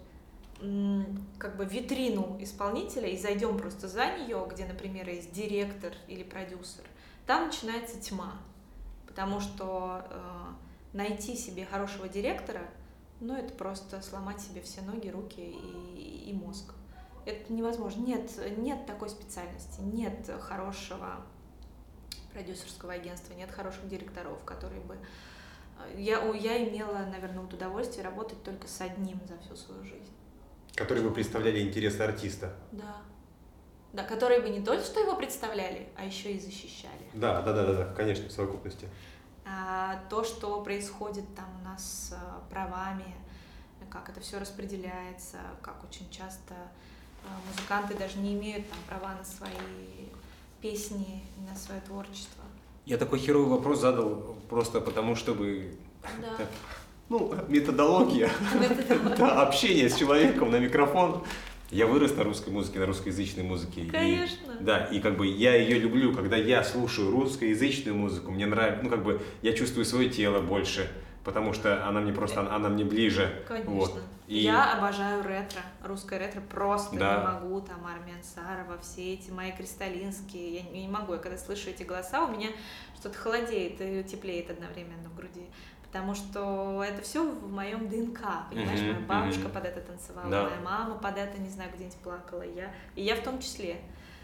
как бы витрину исполнителя и зайдем просто за нее, где, например, есть директор или продюсер, там начинается тьма, потому что найти себе хорошего директора, ну, это просто сломать себе все ноги, руки и мозг. Это невозможно. Нет такой специальности, нет хорошего продюсерского агентства, нет хороших директоров, которые бы... Я имела, наверное, вот удовольствие работать только с одним за всю свою жизнь. Которые бы представляли интересы артиста. Да. Да, которые бы не только что его представляли, а еще и защищали. Да, конечно, в совокупности. То, что происходит там у нас с правами, как это все распределяется, как очень часто музыканты даже не имеют там права на свои песни, на свое творчество. Я такой херовый вопрос задал просто потому, чтобы... Да. Методология. Да, общение с человеком на микрофон. Я вырос на русской музыке, на русскоязычной музыке. Конечно. И как бы я ее люблю, когда я слушаю русскоязычную музыку, мне нравится, я чувствую свое тело больше, потому что она мне она мне ближе. Конечно. Вот. Я обожаю ретро, русское ретро просто Да. не могу, там Армян Сарова, все эти мои кристаллинские, я не могу, я когда слышу эти голоса, у меня что-то холодеет и теплеет одновременно в груди. Потому что это все в моем ДНК, понимаешь, моя бабушка под это танцевала, Да. моя мама под это, не знаю, где-нибудь плакала, и я в том числе.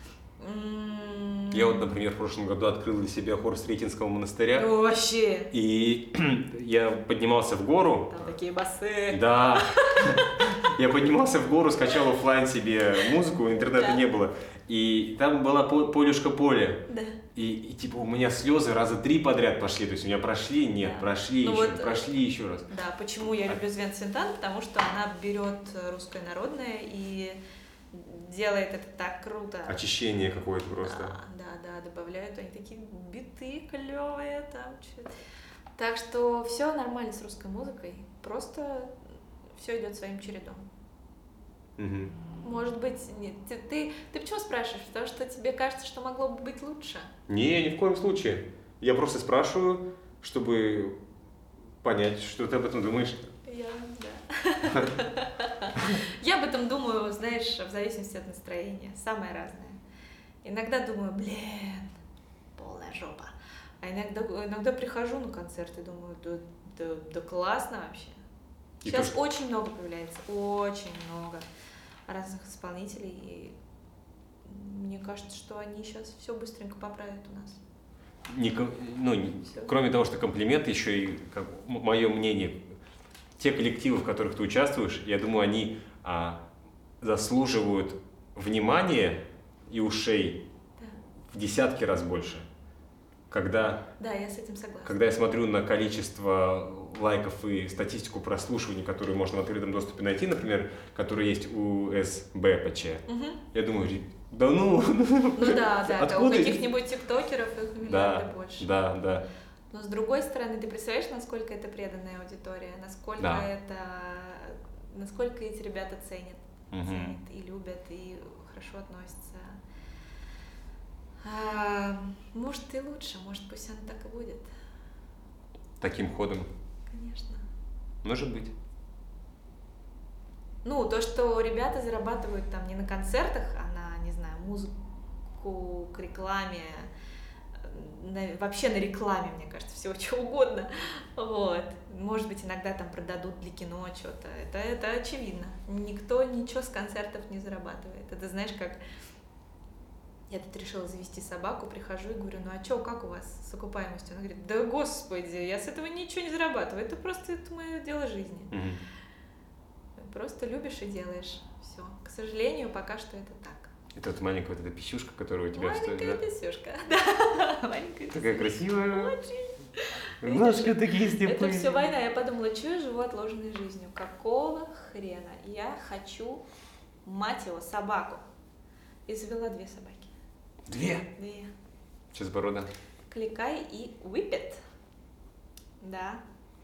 Я вот, например, в прошлом году открыл для себя хор Сретенского монастыря, Ну, вообще, и я поднимался в гору. там такие басы. Да. Я поднимался в гору, скачал оффлайн себе музыку, интернета Да. не было. И там была Полюшка Поле. Да. И типа у меня слезы раза 3 подряд пошли. То есть у меня прошли, нет, Да. прошли Ну еще, вот, прошли еще раз. Да, почему я люблю Звен Цвинтан? Потому что она берет русское народное и делает это так круто. Очищение какое-то просто. Да, добавляют, они такие биты клевые там. Так что все нормально с русской музыкой, просто все идет своим чередом. Мгм. Может быть, нет. Ты почему спрашиваешь? Потому что тебе кажется, что могло бы быть лучше? Не, ни в коем случае. Я просто спрашиваю, чтобы понять, что ты об этом думаешь. Да. Я об этом думаю, знаешь, в зависимости от настроения. Самое разное. Иногда думаю, блин, полная жопа. А иногда прихожу на концерт и думаю, да классно вообще. И Сейчас то, очень много появляется, очень много разных исполнителей. И мне кажется, что они сейчас все быстренько поправят у нас. Кроме того, что комплимент, еще и мое мнение, те коллективы, в которых ты участвуешь, я думаю, они заслуживают внимания и ушей Да. в десятки раз больше. Да, я с этим согласна. Когда я смотрю на количество лайков и статистику прослушиваний, которые можно в открытом доступе найти, например, которые есть у СБПЧ, я думаю, да ну... Ну да, это у Откуда? каких-нибудь тиктокеров их миллиарды больше. Да. Но с другой стороны, ты представляешь, насколько это преданная аудитория, насколько Да. насколько эти ребята ценят Мгм. и любят, и хорошо относятся. Может и лучше, может пусть оно так и будет. Таким ходом. Конечно. Может быть. Ну, то, что ребята зарабатывают там не на концертах, а на, не знаю, музыку к рекламе, вообще на рекламе, мне кажется, всего чего угодно. Вот. Может быть, иногда там продадут для кино что-то. Это очевидно. Никто ничего с концертов не зарабатывает. Это знаешь, как я тут решила завести собаку, прихожу и говорю, ну а что, как у вас с окупаемостью? Она говорит, да господи, я с этого ничего не зарабатываю. Это просто мое дело жизни. Мгм. Просто любишь и делаешь. Все. К сожалению, пока что это так. Это вот маленькая вот эта пищушка, которая у тебя Маленькая стоит, да? писюшка. Да, маленькая Такая писюшка. красивая. Очень. Глазки такие Это слепые. все война. Я подумала, что я живу отложенной жизнью? Какого хрена? Я хочу, мать его, собаку. И завела 2 собаки. 2? 2. Чизборода. Кликай и Whippet. Да.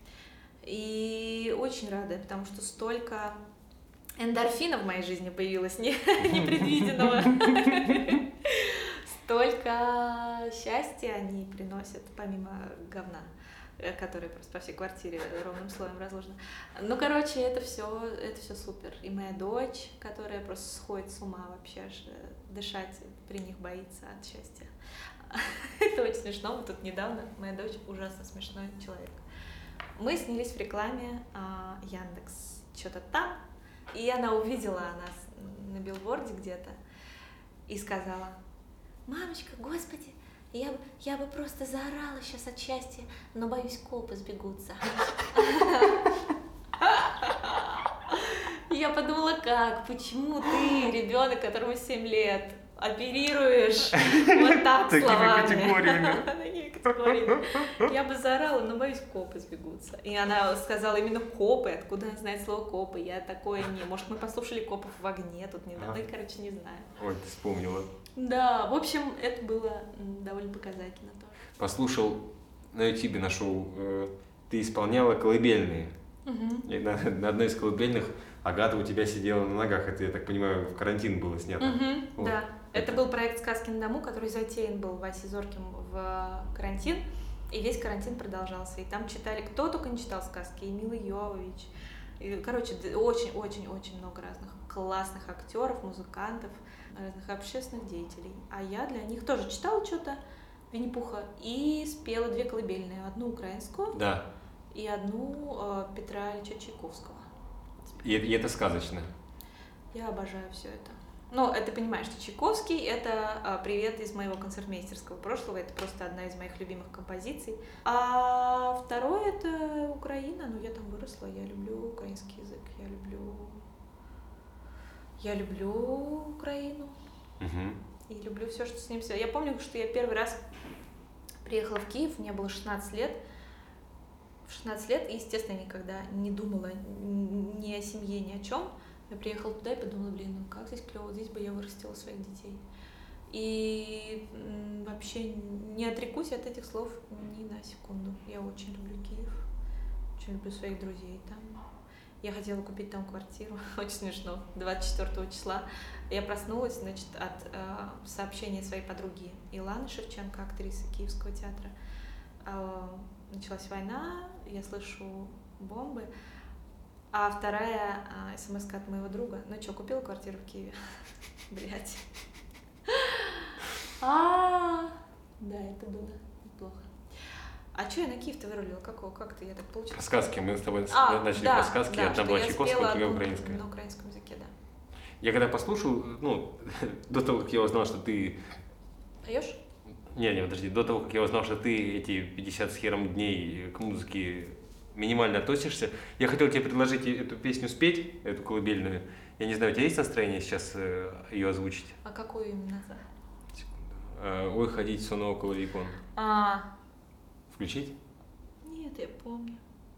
И очень рада, потому что столько эндорфина в моей жизни появилось непредвиденного. Столько счастья они приносят, помимо говна, которое просто по всей квартире ровным слоем разложено. Ну, короче, это все супер. И моя дочь, которая просто сходит с ума вообще, аж дышать при них боится от счастья. Это очень смешно. Вот тут недавно моя дочь ужасно смешной человек. Мы снялись в рекламе Яндекс что-то там, и она увидела нас на билборде где-то и сказала: «Мамочка, господи, я бы просто заорала сейчас от счастья, но боюсь, копы сбегутся». Я подумала, почему ты, ребенок, которому 7 лет, оперируешь вот так словами. Такими категориями. Я бы заорала, но боюсь, копы сбегутся. И она сказала именно копы. Откуда она знает слово копы? Я такое не... Может, мы послушали копов в огне тут недавно? Короче, не знаю. Ой, ты вспомнила. Да, в общем, это было довольно показательно тоже. Послушал на ютубе, нашел, ты исполняла колыбельные. И на одной из колыбельных Агата у тебя сидела на ногах. Это, я так понимаю, в карантин было снято. Вот. Да. Это был проект «Сказки на дому», который затеян был Васей Зорким в карантин, и весь карантин продолжался. И там читали, кто только не читал сказки, и Мила Йовович. И, короче, очень-очень-очень много разных классных актеров, музыкантов, разных общественных деятелей. А я для них тоже читала что-то, Винни-Пуха, и спела 2 колыбельные. Одну украинскую, да, и одну Петра Ильича Чайковского. И это сказочно. Я обожаю все это. Но ты понимаешь, что Чайковский — это привет из моего концертмейстерского прошлого, это просто одна из моих любимых композиций. А второе — это Украина, я там выросла, я люблю украинский язык, я люблю Украину, и люблю все, что с ним связано. Я помню, что я первый раз приехала в Киев, мне было 16 лет. В 16 лет, и, естественно, никогда не думала ни о семье, ни о чем. Я приехала туда и подумала, как здесь клево, здесь бы я вырастила своих детей. И вообще не отрекусь от этих слов ни на секунду. Я очень люблю Киев, очень люблю своих друзей там. Я хотела купить там квартиру, очень смешно, 24 числа. Я проснулась, от сообщения своей подруги Иланы Шевченко, актрисы Киевского театра. Началась война, я слышу бомбы. А вторая смс-ка от моего друга: «Ну что, купила квартиру в Киеве?» Блять. Да, это было неплохо. А что я на Киев-то вырулила? Как-то я так получилось? Сказки. Мы с тобой начали про сказки. Да, одна была Чайковская, другая украинская. украинская. На украинском языке, да. Я когда послушал, до того, как я узнал, что ты... Поешь? Не, подожди. До того, как я узнал, что ты эти 50 с хером дней к музыке минимально относишься, я хотел тебе предложить эту песню спеть, эту колыбельную. Я не знаю, у тебя есть настроение сейчас ее озвучить? А какую именно? Секунду. «Ой, ходить сон около икон». Включить? Нет, я помню.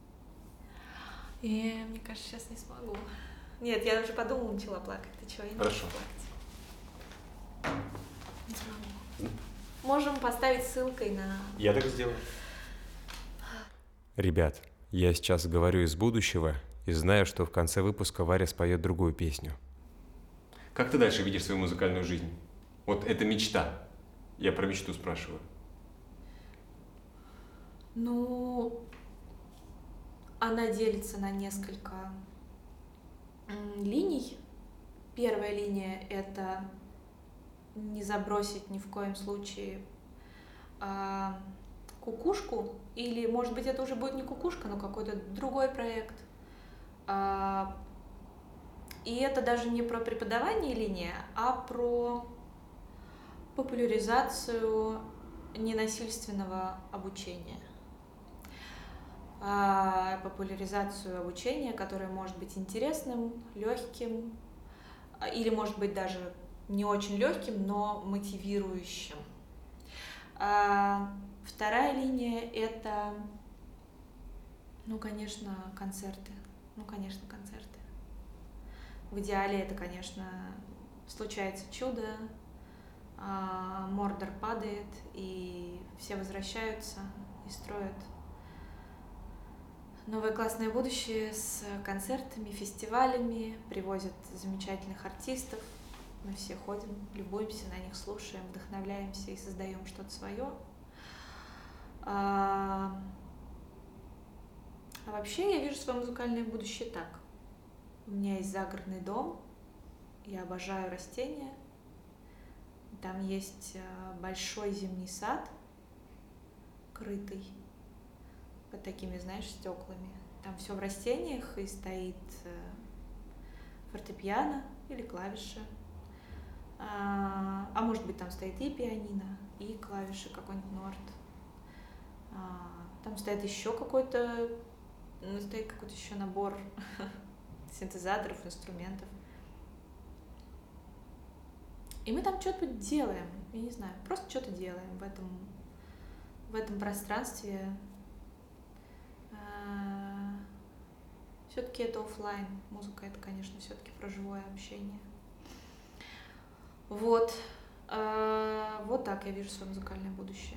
Мне кажется, сейчас не смогу. Нет, я уже подумала, начала плакать. Ты чего? Я не могу плакать. Не смогу. Можем поставить ссылкой на... Я так сделаю. Ребят, я сейчас говорю из будущего и знаю, что в конце выпуска Варя споет другую песню. Как ты дальше видишь свою музыкальную жизнь? Вот это мечта. Я про мечту спрашиваю. Она делится на несколько линий. Первая линия — это не забросить ни в коем случае кукушку, или, может быть, это уже будет не кукушка, но какой-то другой проект. И это даже не про преподавание линия, а про популяризацию ненасильственного обучения. Популяризацию обучения, которое может быть интересным, легким, или, может быть, даже не очень легким, но мотивирующим. Вторая линия — это, конечно, концерты. В идеале это, конечно, случается чудо, Мордор падает, и все возвращаются и строят новое классное будущее с концертами, фестивалями, привозят замечательных артистов. Мы все ходим, любуемся на них, слушаем, вдохновляемся и создаем что-то свое. А вообще я вижу свое музыкальное будущее так. У меня есть загородный дом, я обожаю растения. Там есть большой зимний сад, крытый, под такими, знаешь, стеклами. Там все в растениях, и стоит фортепиано или клавиши. А может быть, там стоит и пианино, и клавиши, какой-нибудь норд. Там стоит еще какой-то еще набор синтезаторов, инструментов. И мы там что-то делаем, я не знаю, просто что-то делаем в этом пространстве. Все-таки это офлайн. Музыка — это, конечно, все-таки про живое общение. Вот. Вот так я вижу свое музыкальное будущее.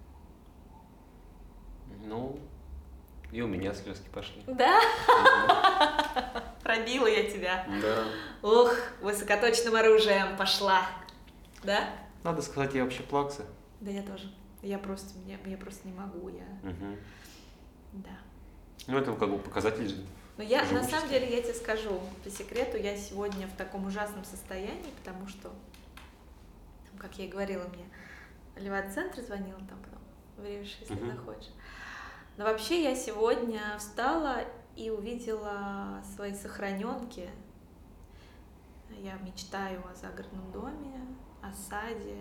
Ну, и у меня слезки пошли. Да? Пробила я тебя. Да. Ух, высокоточным оружием пошла. Да? Надо сказать, я вообще плакса. Да, я тоже. Я просто не могу. Да. Ну, это как бы показатель же. Но на самом деле, я тебе скажу по секрету, я сегодня в таком ужасном состоянии, потому что, как я и говорила, мне Левада-центр звонил, там потом вырежешь, если захочешь. Но вообще я сегодня встала и увидела свои сохраненки. Я мечтаю о загородном доме, о саде.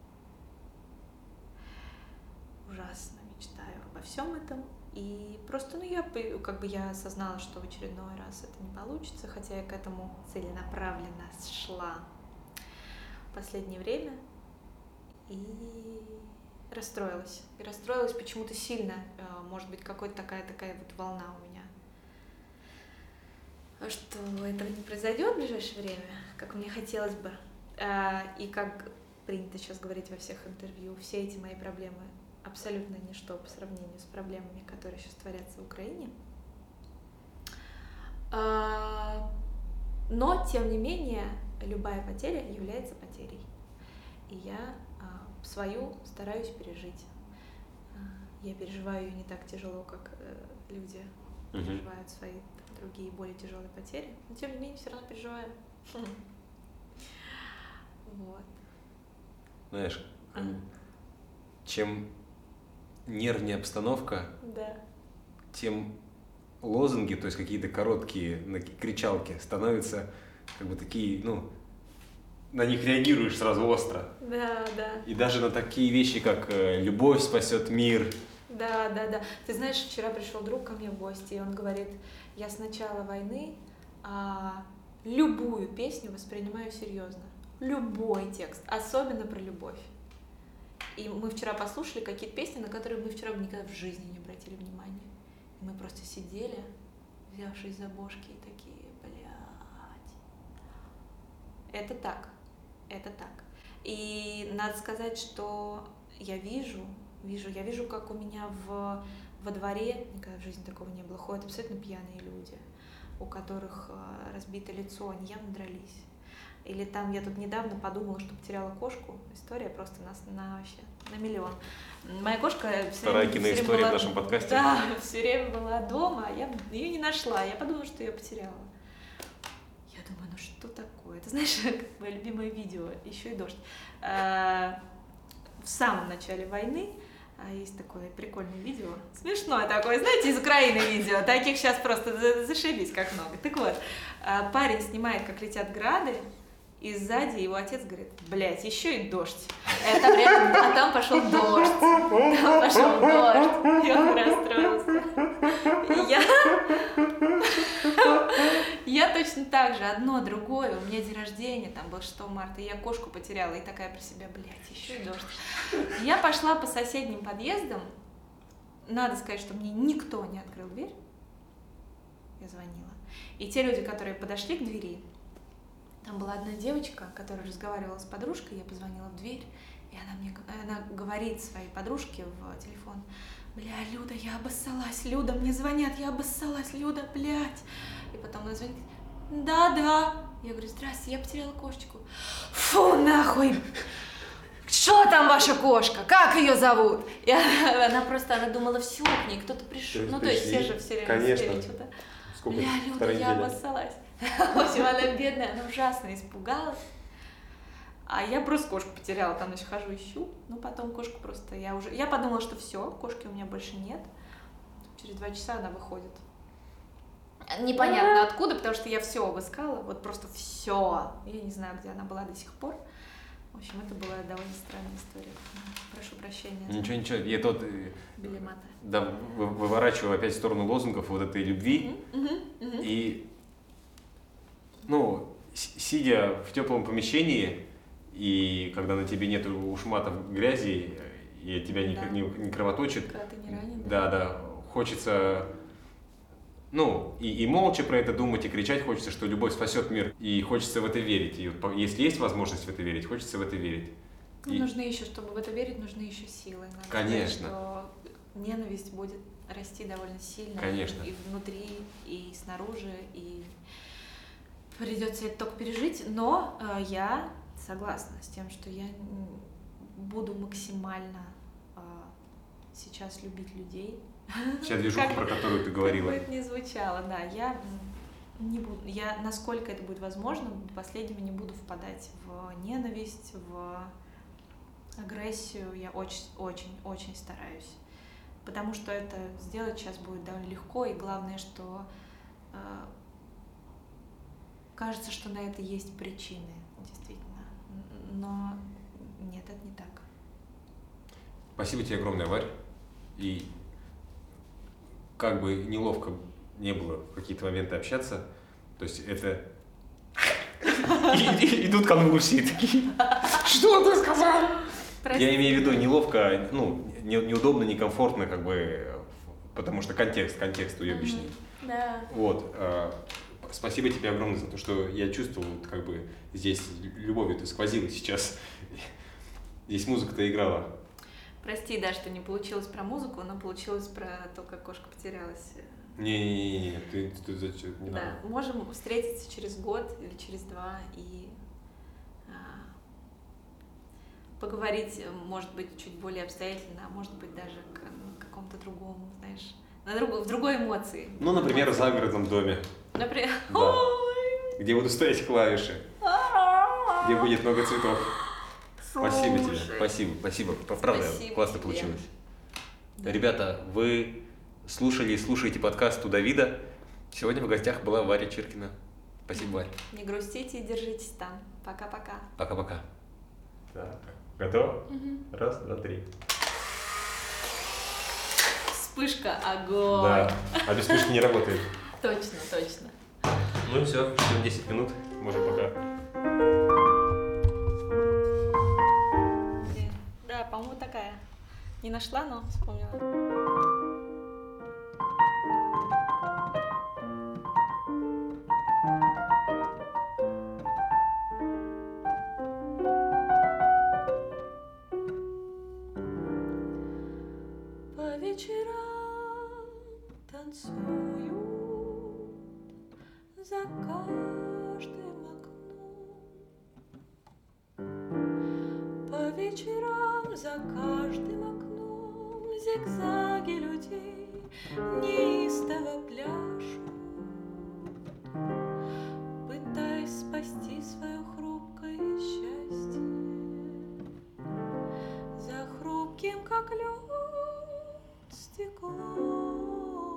Ужасно мечтаю обо всем этом. И просто, я осознала, что в очередной раз это не получится, хотя я к этому целенаправленно шла в последнее время. И расстроилась. И расстроилась почему-то сильно. Может быть, какая-то такая вот волна у меня. Что этого не произойдет в ближайшее время, как мне хотелось бы. И как принято сейчас говорить во всех интервью, все эти мои проблемы абсолютно ничто по сравнению с проблемами, которые сейчас творятся в Украине. Но, тем не менее, любая потеря является потерей. И я свою стараюсь пережить. Я переживаю ее не так тяжело, как люди переживают свои другие более тяжелые потери. Но, тем не менее, все равно переживаю. Вот. Знаешь, чем нервнее обстановка, да, тем лозунги, то есть какие-то короткие кричалки, становятся как бы такие, на них реагируешь сразу остро. Да, да. И даже на такие вещи, как «любовь спасет мир». Да. Ты знаешь, вчера пришел друг ко мне в гости, и он говорит, я с начала войны любую песню воспринимаю серьезно. Любой текст, особенно про любовь. И мы вчера послушали какие-то песни, на которые мы вчера бы никогда в жизни не обратили внимания. И мы просто сидели, взявшись за бошки, и такие, блядь. Это так. И надо сказать, что я вижу, как у меня во дворе, никогда в жизни такого не было, ходят абсолютно пьяные люди, у которых разбито лицо, они явно дрались. Или там я тут недавно подумала, что потеряла кошку. История просто вообще на миллион. Моя кошка вторая киноистория в нашем подкасте. Да, все время была дома, а я ее не нашла. Я подумала, что ее потеряла. Я думаю, ну что такое? Это, знаешь, как мое любимое видео, еще и дождь. В самом начале войны есть такое прикольное видео. Смешное такое, знаете, из Украины видео. Таких сейчас просто зашибись как много. Так вот, парень снимает, как летят грады, и сзади его отец говорит, блядь, еще и дождь. А там пошел дождь. И он расстроился. Я точно так же, одно, другое. У меня день рождения, там был 6 марта, и я кошку потеряла, и такая про себя, блядь, еще и дождь. Я пошла по соседним подъездам. Надо сказать, что мне никто не открыл дверь. Я звонила. И те люди, которые подошли к двери, Там была одна девочка, которая разговаривала с подружкой, я позвонила в дверь, и она говорит своей подружке в телефон: «Бля, Люда, я обоссалась, Люда, мне звонят, я обоссалась, Люда, блядь». И потом она звонит: «Да». Я говорю: «Здрасте, я потеряла кошечку». «Фу, нахуй! Что там ваша кошка? Как ее зовут?» И она думала, все, к ней кто-то пришел. Ну, то есть все же все время что-то. Бля, Люда, я обоссалась. В общем, она бедная, она ужасно испугалась. А я просто кошку потеряла, там, значит, хожу, ищу. Ну, потом кошку просто я подумала, что все, кошки у меня больше нет. Через 2 часа она выходит. Непонятно откуда, потому что я все обыскала, вот просто все. Я не знаю, где она была до сих пор. В общем, это была довольно странная история. Прошу прощения. Ничего, я тут Белемата. да, выворачиваю опять в сторону лозунгов вот этой любви. И, ну, сидя в теплом помещении, и когда на тебе нет ушматов грязи, и от тебя не кровоточит. Когда ты не ранен. Да, хочется, ну, и молча про это думать, и кричать хочется, что любовь спасет мир, и хочется в это верить. И вот, если есть возможность в это верить, хочется в это верить. Ну, нужны еще, чтобы в это верить, нужны еще силы. Надо Конечно. сказать, что ненависть будет расти довольно сильно. Конечно. И внутри, и снаружи, и придется это только пережить. Но я согласна с тем, что я буду максимально сейчас любить людей. Вся движуха, про которую ты говорила. Как бы это ни звучало, да, я не буду, насколько это будет возможно, последними не буду впадать в ненависть, в агрессию. Я очень стараюсь, потому что это сделать сейчас будет довольно легко, и главное, что кажется, что на это есть причины, действительно, но нет, это не так. Спасибо тебе огромное, Варь. И как бы неловко не было в какие-то моменты общаться, то есть это... Идут конвульсии такие. Что ты сказал? Я имею в виду неловко, ну, неудобно, некомфортно, как бы, потому что контекст уебищный. Да. Вот. Спасибо тебе огромное за то, что я чувствовал, как бы, здесь любовью ты сквозила сейчас. Здесь музыка-то играла. Прости, да, что не получилось про музыку, но получилось про то, как кошка потерялась. Не, ты не да, надо. можем встретиться через год или через 2 и поговорить, может быть, чуть более обстоятельно, а может быть, даже к какому-то другому, знаешь, в другой эмоции. Ну, например, в загородном доме. Например, да. Где будут стоять клавиши, где будет много цветов. Спасибо тебе, спасибо. Правда, Спасибо классно тебе. получилось. Да. Ребята, вы слушаете подкаст «Туда-вида». Сегодня в гостях была Варя Чиркина. Спасибо, Варя. Не грустите и держитесь там. Пока-пока. Пока-пока. Так, готово? Угу. 1, 2, 3. Вспышка, огонь. Да, а без вспышки не работает. Точно. Ну и все, ждем 10 минут. Можем пока. Да, по-моему, такая. Не нашла, но вспомнила. По вечерам танцуют за каждым окном. По вечерам за каждым окном зигзаги людей неистово пляшут, пытаясь спасти свое хрупкое счастье. За хрупким, как лед, стеклом.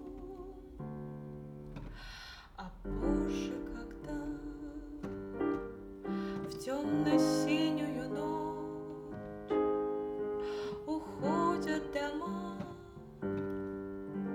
А позже, когда в темно-синюю ночь уходят дома,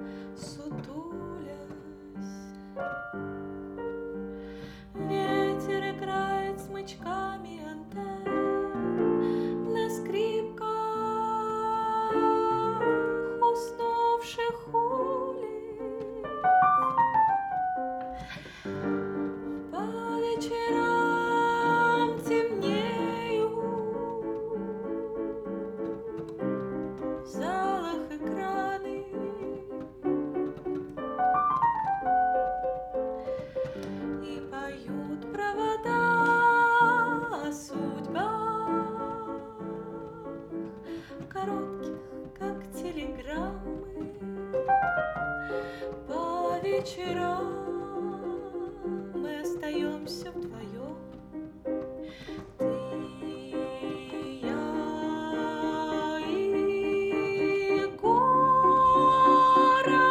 вечера мы остаемся вдвоем. Ты, я и город.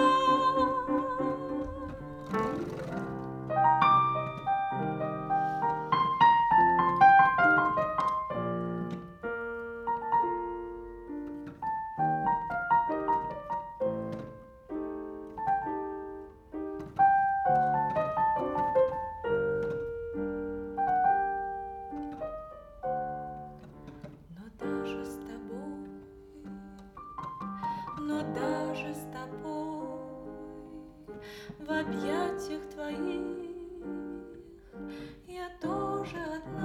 Но даже с тобой, в объятиях твоих я тоже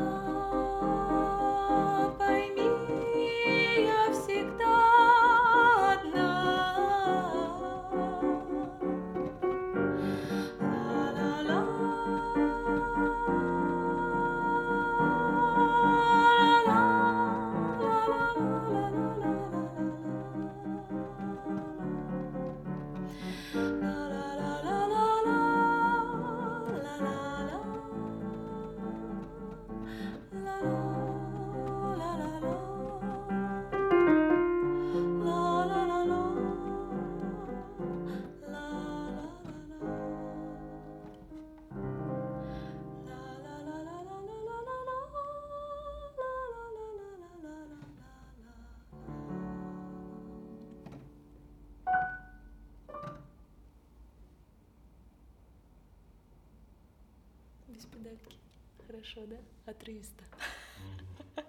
одна. Пойми, я всегда одна. Ла-ла-ла. Без педальки. Хорошо, да? Отрывисто.